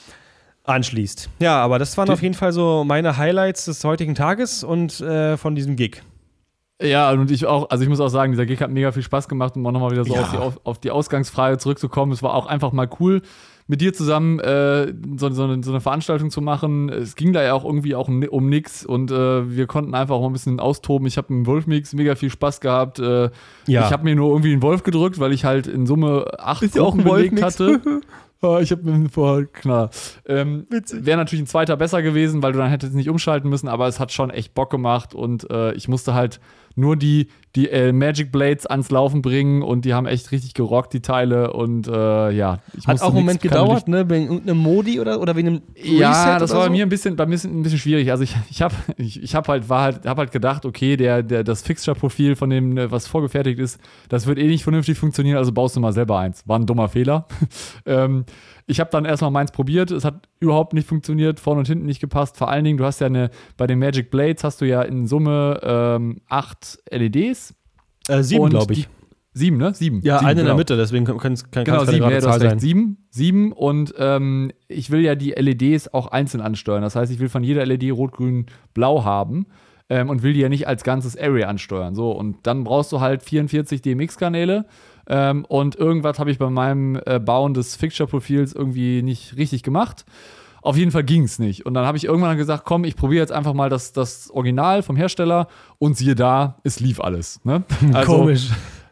anschließt. Ja, aber das waren die auf jeden Fall so meine Highlights des heutigen Tages und äh, von diesem Gig. Ja, und ich auch, also ich muss auch sagen, dieser Gig hat mega viel Spaß gemacht, um auch nochmal wieder so Ja. auf, die, auf, auf die Ausgangsfrage zurückzukommen. Es war auch einfach mal cool, mit dir zusammen äh, so, so, eine, so eine Veranstaltung zu machen. Es ging da ja auch irgendwie auch um nix und äh, wir konnten einfach auch mal ein bisschen austoben. Ich habe im Wolfmix mega viel Spaß gehabt. Äh, Ja. Ich habe mir nur irgendwie einen Wolf gedrückt, weil ich halt in Summe acht Ist ja auch Gruppen ein belegt Wolfmix. hatte. Ja, ich habe mir vorher, klar. Ähm, Wäre natürlich ein zweiter besser gewesen, weil du dann hättest nicht umschalten müssen, aber es hat schon echt Bock gemacht und äh, ich musste halt nur die, die äh, Magic Blades ans Laufen bringen und die haben echt richtig gerockt, die Teile und äh, ja. Ich Hat musste auch einen Moment nix- keine gedauert, ne? Wegen irgendeinem Modi oder, oder wegen einem ja, Reset das oder war bei so? mir ein bisschen, bei mir ist ein bisschen schwierig. Also ich, ich habe ich, ich hab halt, war halt, hab halt gedacht, okay, der, der, das Fixture-Profil von dem, äh, was vorgefertigt ist, das wird eh nicht vernünftig funktionieren, also baust du mal selber eins. War ein dummer Fehler. ähm, ich habe dann erstmal meins probiert, es hat überhaupt nicht funktioniert, vorne und hinten nicht gepasst. Vor allen Dingen, du hast ja eine, bei den Magic Blades hast du ja in Summe ähm, acht L E Ds. Äh, sieben, Und glaube ich. die- Sieben, ne? Sieben. Ja, sieben, eine in genau. der Mitte, deswegen kann es keine Genau, sieben, gerade ja, du hast Zahl recht, sein. sieben, sieben und ähm, ich will ja die L E Ds auch einzeln ansteuern. Das heißt, ich will von jeder L E D rot, grün, blau haben ähm, und will die ja nicht als ganzes Array ansteuern. So, und dann brauchst du halt vierundvierzig D M X-Kanäle ähm, und irgendwas habe ich bei meinem äh, Bauen des Fixture-Profils irgendwie nicht richtig gemacht. Auf jeden Fall ging es nicht. Und dann habe ich irgendwann gesagt, komm, ich probiere jetzt einfach mal das, das Original vom Hersteller und siehe da, es lief alles. Ne? Also, Komisch.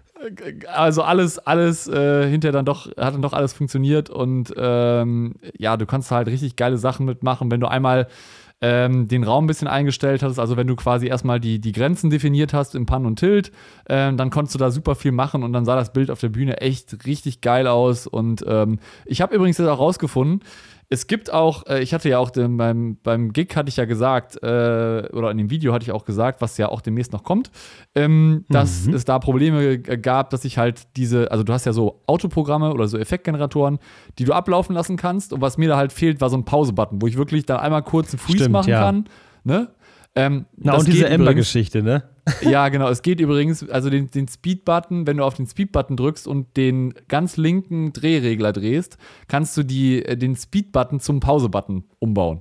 Also alles, alles äh, hinterher dann doch, hat dann doch alles funktioniert und ähm, ja, du kannst halt richtig geile Sachen mitmachen, wenn du einmal ähm, den Raum ein bisschen eingestellt hast, also wenn du quasi erstmal die, die Grenzen definiert hast im Pan und Tilt, ähm, dann konntest du da super viel machen und dann sah das Bild auf der Bühne echt richtig geil aus und ähm, ich habe übrigens jetzt auch rausgefunden, es gibt auch, äh, ich hatte ja auch den, beim, beim Gig hatte ich ja gesagt, äh, oder in dem Video hatte ich auch gesagt, was ja auch demnächst noch kommt, ähm, dass Mhm. es da Probleme g- gab, dass ich halt diese, also du hast ja so Autoprogramme oder so Effektgeneratoren, die du ablaufen lassen kannst und was mir da halt fehlt, war so ein Pause-Button, wo ich wirklich dann einmal kurz einen Freeze Stimmt, machen ja. kann, ne? Ähm, Na, das und diese geht übrigens- Ember-Geschichte, ne? ja, genau. Es geht übrigens, also den, den Speed-Button, wenn du auf den Speed-Button drückst und den ganz linken Drehregler drehst, kannst du die, äh, den Speed-Button zum Pause-Button umbauen.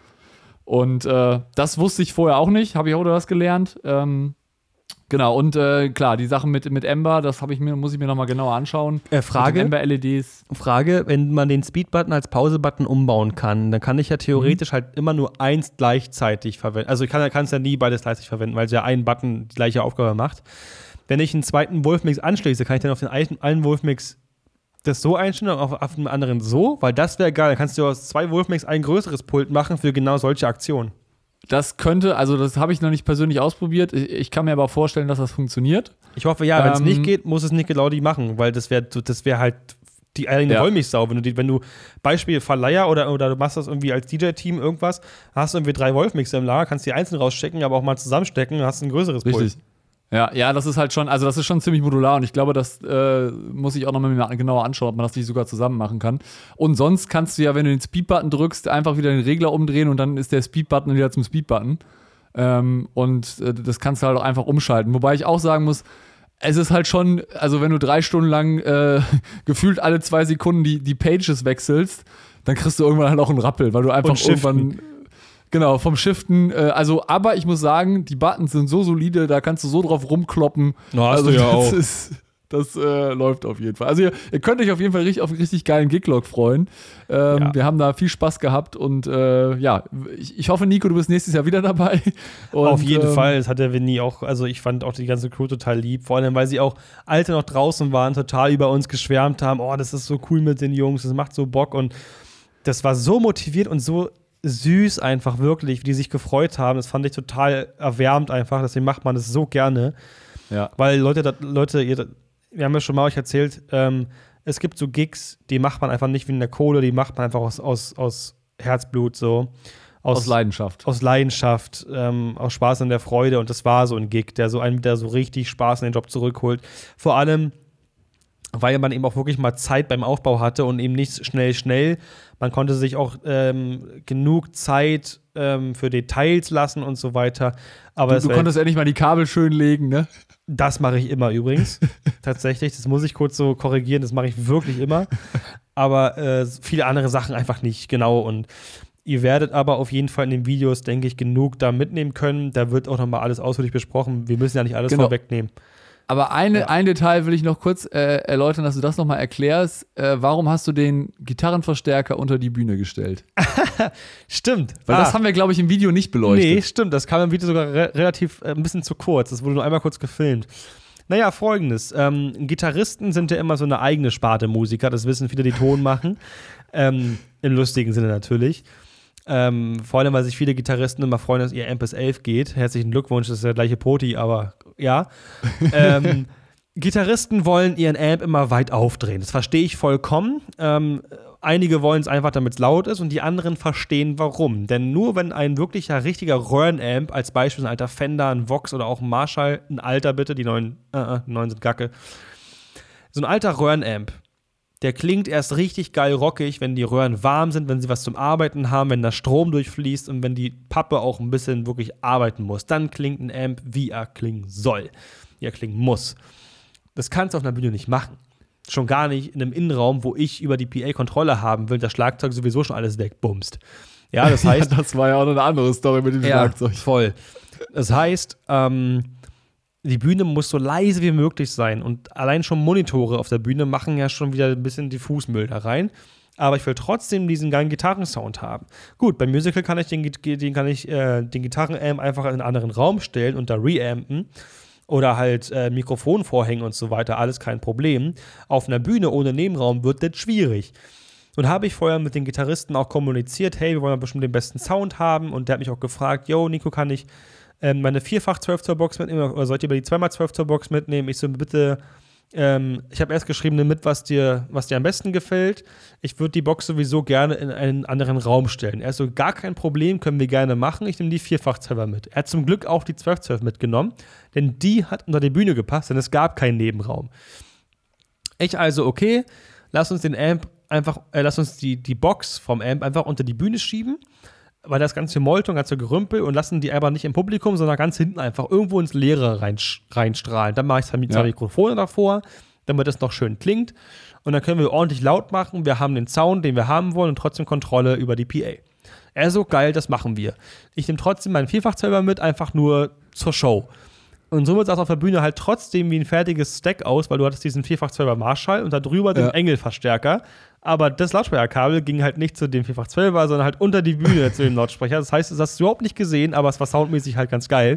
Und äh, das wusste ich vorher auch nicht, habe ich auch was gelernt. Ähm, genau, und äh, klar, die Sachen mit, mit Ember, das habe ich mir, muss ich mir nochmal genauer anschauen. Äh, Frage? Mit den Ember-L E Ds. Frage, wenn man den Speed-Button als Pause-Button umbauen kann, dann kann ich ja theoretisch Mhm. halt immer nur eins gleichzeitig verwenden. Also ich kann es ja nie beides gleichzeitig verwenden, weil es ja ein Button die gleiche Aufgabe macht. Wenn ich einen zweiten Wolfmix anschließe, kann ich dann auf den einen einen Wolfmix das so einstellen und auf, auf dem anderen so? Weil das wäre geil. Dann kannst du aus zwei Wolfmix ein größeres Pult machen für genau solche Aktionen. Das könnte, also das habe ich noch nicht persönlich ausprobiert. Ich, ich kann mir aber vorstellen, dass das funktioniert. Ich hoffe, ja, wenn es Ähm, nicht geht, muss es nicht genau die machen, weil das wäre das wär halt die eigene Ja. Wollmilchsau. Wenn du, die, wenn du Beispiel Verleiher oder, oder du machst das irgendwie als D J-Team irgendwas, hast du irgendwie drei Wolfmixer im Lager, kannst die einzeln rausstecken, aber auch mal zusammenstecken und hast ein größeres Pult. Richtig. Ja, ja, das ist halt schon, also das ist schon ziemlich modular und ich glaube, das äh, muss ich auch noch mal genauer anschauen, ob man das nicht sogar zusammen machen kann. Und sonst kannst du ja, wenn du den Speed-Button drückst, einfach wieder den Regler umdrehen und dann ist der Speed-Button wieder zum Speed-Button. Ähm, und äh, das kannst du halt auch einfach umschalten. Wobei ich auch sagen muss, es ist halt schon, also wenn du drei Stunden lang äh, gefühlt alle zwei Sekunden die, die Pages wechselst, dann kriegst du irgendwann halt auch einen Rappel, weil du einfach Und shiften. irgendwann genau, vom Shiften, äh, also, aber ich muss sagen, die Buttons sind so solide, da kannst du so drauf rumkloppen. Na, hast also, du ja das auch. Ist, das äh, läuft auf jeden Fall. Also, ihr, ihr könnt euch auf jeden Fall richtig, auf einen richtig geilen Giglog freuen. Ähm, Ja. Wir haben da viel Spaß gehabt und äh, ja, ich, ich hoffe, Nico, du bist nächstes Jahr wieder dabei. Und, Auf jeden ähm, Fall, das hat der Vinny auch, also ich fand auch die ganze Crew total lieb, vor allem, weil sie auch Alte noch draußen waren, total über uns geschwärmt haben, oh, das ist so cool mit den Jungs, das macht so Bock und das war so motiviert und so süß einfach wirklich, wie die sich gefreut haben, das fand ich total erwärmt einfach, deswegen macht man das so gerne, Ja. weil Leute, das, Leute, ihr, wir haben ja schon mal euch erzählt, ähm, es gibt so Gigs, die macht man einfach nicht wie in der Kohle, die macht man einfach aus, aus, aus Herzblut so. Aus Leidenschaft. Aus Leidenschaft, ähm, aus Spaß und der Freude. Und das war so ein Gig, der so einen, der so richtig Spaß in den Job zurückholt. Vor allem, weil man eben auch wirklich mal Zeit beim Aufbau hatte und eben nicht schnell, schnell. Man konnte sich auch ähm, genug Zeit ähm, für Details lassen und so weiter. Aber Du, es du war- konntest endlich mal die Kabel schön legen, ne? das mache ich immer übrigens. Tatsächlich, das muss ich kurz so korrigieren, das mache ich wirklich immer. Aber äh, viele andere Sachen einfach nicht, genau. Und Ihr werdet aber auf jeden Fall in den Videos, denke ich, genug da mitnehmen können. Da wird auch nochmal alles ausführlich besprochen. Wir müssen ja nicht alles Genau. vorwegnehmen. Aber eine, Ja. ein Detail will ich noch kurz äh, erläutern, dass du das nochmal erklärst. Äh, warum hast du den Gitarrenverstärker unter die Bühne gestellt? Stimmt. Weil Ah. das haben wir, glaube ich, im Video nicht beleuchtet. Nee, stimmt. Das kam im Video sogar re- relativ äh, ein bisschen zu kurz. Das wurde nur einmal kurz gefilmt. Naja, folgendes. Ähm, Gitarristen sind ja immer so eine eigene Sparte Musiker. Das wissen viele, die Ton machen. ähm, Im lustigen Sinne natürlich. Ähm, vor allem, weil sich viele Gitarristen immer freuen, dass ihr Amp bis elf geht. Herzlichen Glückwunsch, das ist der gleiche Poti, aber ja. ähm, Gitarristen wollen ihren Amp immer weit aufdrehen. Das verstehe ich vollkommen. Ähm, einige wollen es einfach, damit es laut ist, und die anderen verstehen, warum. Denn nur wenn ein wirklicher, richtiger Röhrenamp, als Beispiel ein alter Fender, ein Vox oder auch ein Marshall, ein alter bitte, die neuen, äh, äh, neuen sind Gacke, so ein alter Röhrenamp, der klingt erst richtig geil rockig, wenn die Röhren warm sind, wenn sie was zum Arbeiten haben, wenn da Strom durchfließt und wenn die Pappe auch ein bisschen wirklich arbeiten muss. Dann klingt ein Amp, wie er klingen soll, wie er klingen muss. Das kannst du auf einer Bühne nicht machen. Schon gar nicht in einem Innenraum, wo ich über die P A-Kontrolle haben will, das Schlagzeug sowieso schon alles wegbumst. Ja, das heißt. Ja, das war ja auch noch eine andere Story mit dem ja, Schlagzeug. voll. Das heißt, ähm, die Bühne muss so leise wie möglich sein. Und allein schon Monitore auf der Bühne machen ja schon wieder ein bisschen Diffusmüll da rein. Aber ich will trotzdem diesen geilen Gitarrensound haben. Gut, beim Musical kann ich den, den, kann ich, äh, den Gitarrenamp einfach in einen anderen Raum stellen und da reampen. Oder halt äh, Mikrofon vorhängen und so weiter. Alles kein Problem. Auf einer Bühne ohne Nebenraum wird das schwierig. Und habe ich vorher mit den Gitarristen auch kommuniziert, hey, wir wollen ja bestimmt den besten Sound haben. Und der hat mich auch gefragt, yo, Nico, kann ich ähm, meine vierfach zwölf Zoll Box mitnehmen oder sollt ihr über die zwei mal zwölf Zoll Box mitnehmen? Ich so, bitte, ähm, ich habe erst geschrieben, nimm mit, was dir, was dir am besten gefällt. Ich würde die Box sowieso gerne in einen anderen Raum stellen. Er so, gar kein Problem, können wir gerne machen. Ich nehme die vierfach zwölfer mit. Er hat zum Glück auch die zwölf zwölf mitgenommen, denn die hat unter die Bühne gepasst, denn es gab keinen Nebenraum. Ich also, okay, lass uns den Amp einfach, äh, lass uns die, die Box vom Amp einfach unter die Bühne schieben, weil das ganze Molton, ganze Gerümpel, und lassen die aber nicht im Publikum, sondern ganz hinten einfach irgendwo ins Leere reinsch- reinstrahlen. Dann mache ich zwei ja. Mikrofone davor, damit das noch schön klingt. Und dann können wir ordentlich laut machen. Wir haben den Sound, den wir haben wollen, und trotzdem Kontrolle über die P A. Er so, geil, das machen wir. Ich nehme trotzdem meinen Vierfachzähler mit, einfach nur zur Show. Und somit sah es auf der Bühne halt trotzdem wie ein fertiges Stack aus, weil du hattest diesen vierfach-zwölfer Marshall und da drüber den ja. Engelverstärker. Aber das Lautsprecherkabel ging halt nicht zu dem vierfach-zwölfer, sondern halt unter die Bühne zu dem Lautsprecher. Das heißt, das hast du überhaupt nicht gesehen, aber es war soundmäßig halt ganz geil.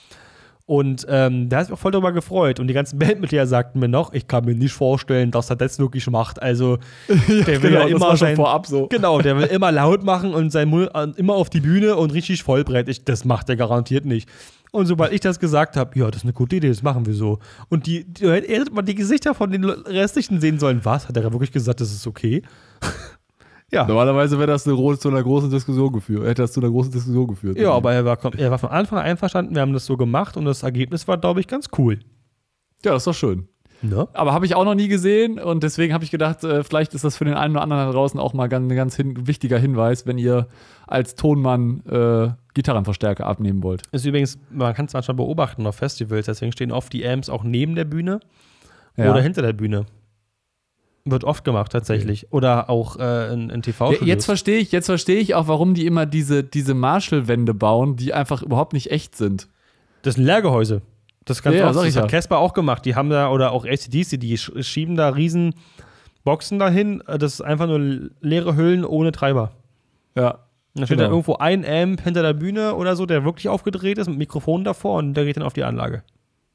Und ähm, da hat sich auch voll darüber gefreut. Und die ganzen Bandmitglieder sagten mir noch, ich kann mir nicht vorstellen, dass er das wirklich macht. Also, der will genau, ja immer das war schon sein, vorab so. Genau, der will immer laut machen und sein Mund immer auf die Bühne und richtig vollbrett. Ich, das macht er garantiert nicht. Und sobald ich das gesagt habe, ja, das ist eine gute Idee, das machen wir so. Und die, die, er hätte mal die Gesichter von den restlichen sehen sollen. Was? Hat er wirklich gesagt, das ist okay? Ja. Normalerweise wäre das eine, zu einer großen Diskussion geführt. Hätte das zu einer großen Diskussion geführt. Ja, aber er war, er war von Anfang an einverstanden. Wir haben das so gemacht und das Ergebnis war, glaube ich, ganz cool. Ja, das ist doch schön. Ne? Aber habe ich auch noch nie gesehen und deswegen habe ich gedacht, äh, vielleicht ist das für den einen oder anderen da draußen auch mal ganz, ein ganz hin, wichtiger Hinweis, wenn ihr als Tonmann äh, Gitarrenverstärker abnehmen wollt. Ist übrigens, man kann es manchmal beobachten auf Festivals, deswegen stehen oft die Amps auch neben der Bühne Ja. oder hinter der Bühne. Wird oft gemacht tatsächlich. Okay. Oder auch äh, in, in T V-Studios. Ja, jetzt verstehe ich, jetzt verstehe ich auch, warum die immer diese, diese Marshall-Wände bauen, die einfach überhaupt nicht echt sind. Das sind Leergehäuse. Das, ganz ja, oft, das ich hat ja. Casper auch gemacht. Die haben da, oder auch A C D C, die schieben da riesen Boxen dahin. Das ist einfach nur leere Hüllen ohne Treiber. Ja. Da steht genau. dann irgendwo ein Amp hinter der Bühne oder so, der wirklich aufgedreht ist mit Mikrofon davor und der geht dann auf die Anlage.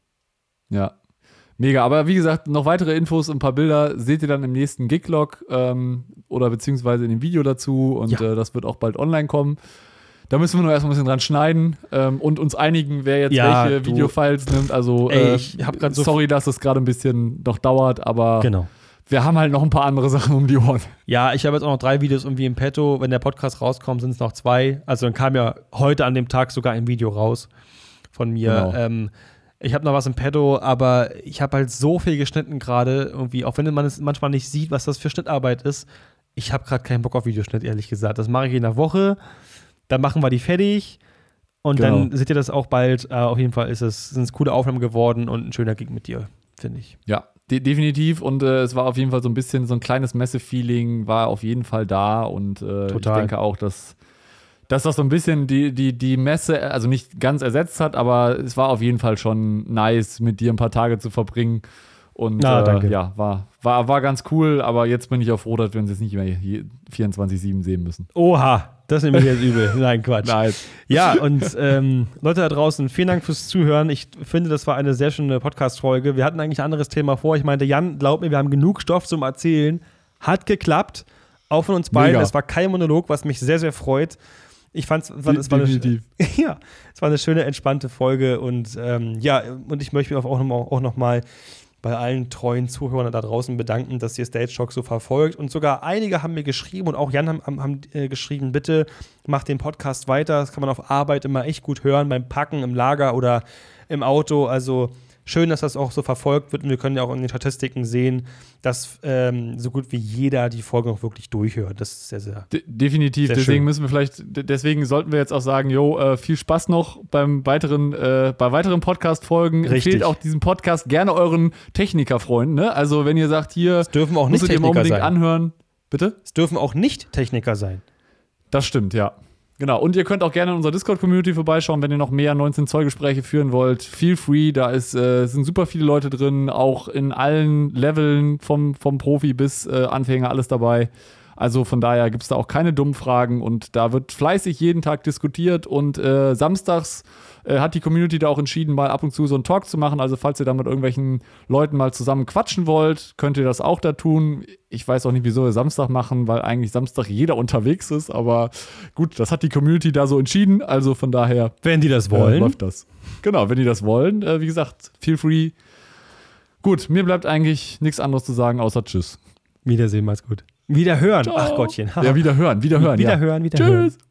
Ja. Mega, aber wie gesagt, noch weitere Infos und ein paar Bilder seht ihr dann im nächsten Giglog ähm, oder beziehungsweise in dem Video dazu und ja. äh, das wird auch bald online kommen. Da müssen wir nur erstmal ein bisschen dran schneiden ähm, und uns einigen, wer jetzt ja, welche du, Videofiles nimmt. Also, ey, äh, ich hab grad so sorry, dass es gerade ein bisschen noch dauert, aber genau. wir haben halt noch ein paar andere Sachen um die Ohren. Ja, ich habe jetzt auch noch drei Videos irgendwie im Petto. Wenn der Podcast rauskommt, sind es noch zwei. Also dann kam ja heute an dem Tag sogar ein Video raus von mir. Genau. Ähm, ich habe noch was im Petto, aber ich habe halt so viel geschnitten gerade irgendwie, auch wenn man es manchmal nicht sieht, was das für Schnittarbeit ist. Ich habe gerade keinen Bock auf Videoschnitt, ehrlich gesagt. Das mache ich in der Woche. Dann machen wir die fertig und genau. dann seht ihr das auch bald. Äh, auf jeden Fall ist es, sind es coole Aufnahmen geworden und ein schöner Gig mit dir, finde ich. Ja, de- definitiv und äh, es war auf jeden Fall so ein bisschen so ein kleines Messe-Feeling war auf jeden Fall da und äh, ich Total. denke auch, dass dass das so ein bisschen die, die, die Messe, also nicht ganz ersetzt hat, aber es war auf jeden Fall schon nice, mit dir ein paar Tage zu verbringen. Und ah, äh, danke. ja, war, war, war ganz cool, aber jetzt bin ich auch froh, dass wir uns jetzt nicht mehr vierundzwanzig sieben sehen müssen. Oha, das nehme ich jetzt übel. Nein, Quatsch. Nein. Ja, und ähm, Leute da draußen, vielen Dank fürs Zuhören. Ich finde, das war eine sehr schöne Podcast-Folge. Wir hatten eigentlich ein anderes Thema vor. Ich meinte, Jan, glaub mir, wir haben genug Stoff zum Erzählen. Hat geklappt. Auch von uns beiden. Mega. Es war kein Monolog, was mich sehr, sehr freut. Ich fand es war, es war eine, ja, es war eine schöne, entspannte Folge. Und ähm, ja, und ich möchte mich auch noch, auch noch mal bei allen treuen Zuhörern da draußen bedanken, dass ihr Stage Talk so verfolgt. Und sogar einige haben mir geschrieben und auch Jan haben, haben, haben äh, geschrieben, bitte macht den Podcast weiter. Das kann man auf Arbeit immer echt gut hören, beim Packen, im Lager oder im Auto. Also schön, dass das auch so verfolgt wird. Und wir können ja auch in den Statistiken sehen, dass ähm, so gut wie jeder die Folge auch wirklich durchhört. Das ist sehr, sehr De- Definitiv. sehr deswegen schön. müssen wir vielleicht, de- deswegen sollten wir jetzt auch sagen, jo, äh, viel Spaß noch beim weiteren, äh, bei weiteren Podcast-Folgen. Richtig. Empfehlt auch diesen Podcast gerne euren Techniker-Freunden. Ne? Also wenn ihr sagt, hier Es dürfen auch nicht musstet ihr mal Techniker unbedingt sein. anhören. Bitte? Es dürfen auch nicht Techniker sein. Das stimmt, ja. Genau, und ihr könnt auch gerne in unserer Discord-Community vorbeischauen, wenn ihr noch mehr neunzehn-Zoll-Gespräche führen wollt. Feel free, da ist, äh, sind super viele Leute drin, auch in allen Leveln, vom, vom Profi bis äh, Anfänger, alles dabei. Also von daher gibt es da auch keine dummen Fragen und da wird fleißig jeden Tag diskutiert und äh, samstags äh, hat die Community da auch entschieden, mal ab und zu so einen Talk zu machen. Also falls ihr da mit irgendwelchen Leuten mal zusammen quatschen wollt, könnt ihr das auch da tun. Ich weiß auch nicht, wieso wir Samstag machen, weil eigentlich Samstag jeder unterwegs ist, aber gut, das hat die Community da so entschieden, also von daher Wenn die das äh, wollen. läuft das. Genau, wenn die das wollen, äh, wie gesagt, feel free. Gut, mir bleibt eigentlich nichts anderes zu sagen, außer Tschüss. Wiedersehen, macht's gut. Wieder hören. Ciao. Ach Gottchen. Ja, wieder hören, wieder hören. Wieder ja. hören, wieder hören. Tschüss.